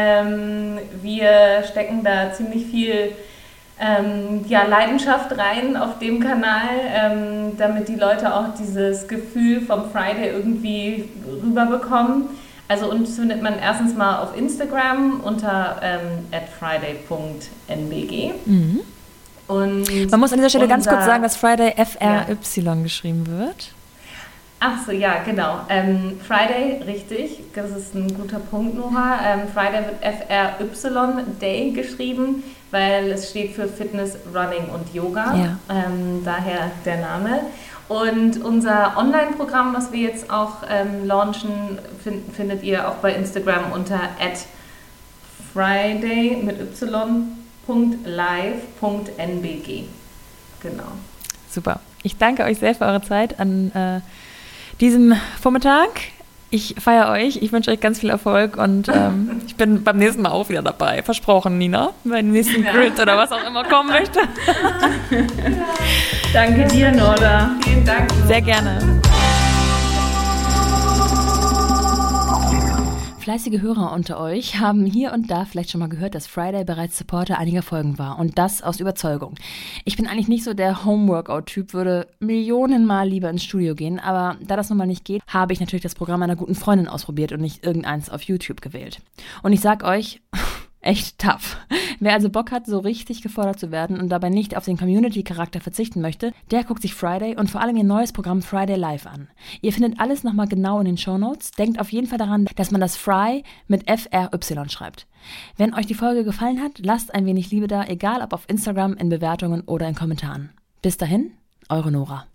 Wir stecken da ziemlich viel Leidenschaft rein auf dem Kanal, damit die Leute auch dieses Gefühl vom Friday irgendwie rüberbekommen. Also uns findet man erstens mal auf Instagram unter @friday.nbg. Mhm. Und man muss an dieser Stelle ganz kurz sagen, dass Friday FRY geschrieben wird. Ach so, ja, genau. Friday, richtig. Das ist ein guter Punkt, Nora. Friday wird FRY Day geschrieben, weil es steht für Fitness, Running und Yoga. Ja. Daher der Name. Und unser Online-Programm, was wir jetzt auch launchen, findet ihr auch bei Instagram unter @friday mit y.live.nbg. Genau. Super. Ich danke euch sehr für eure Zeit an diesem Vormittag. Ich feiere euch, ich wünsche euch ganz viel Erfolg und ich bin beim nächsten Mal auch wieder dabei. Versprochen, Nina, beim nächsten Grid oder was auch immer kommen möchte. Danke dir, Nora. Vielen Dank. Sehr gerne. Fleißige Hörer unter euch haben hier und da vielleicht schon mal gehört, dass Friday bereits Supporter einiger Folgen war und das aus Überzeugung. Ich bin eigentlich nicht so der Homeworkout-Typ, würde Millionenmal lieber ins Studio gehen, aber da das nun mal nicht geht, habe ich natürlich das Programm einer guten Freundin ausprobiert und nicht irgendeins auf YouTube gewählt. Und ich sag euch, echt tough. Wer also Bock hat, so richtig gefordert zu werden und dabei nicht auf den Community-Charakter verzichten möchte, der guckt sich Friday und vor allem ihr neues Programm Friday Live an. Ihr findet alles nochmal genau in den Shownotes. Denkt auf jeden Fall daran, dass man das Fry mit FRY schreibt. Wenn euch die Folge gefallen hat, lasst ein wenig Liebe da, egal ob auf Instagram, in Bewertungen oder in Kommentaren. Bis dahin, eure Nora.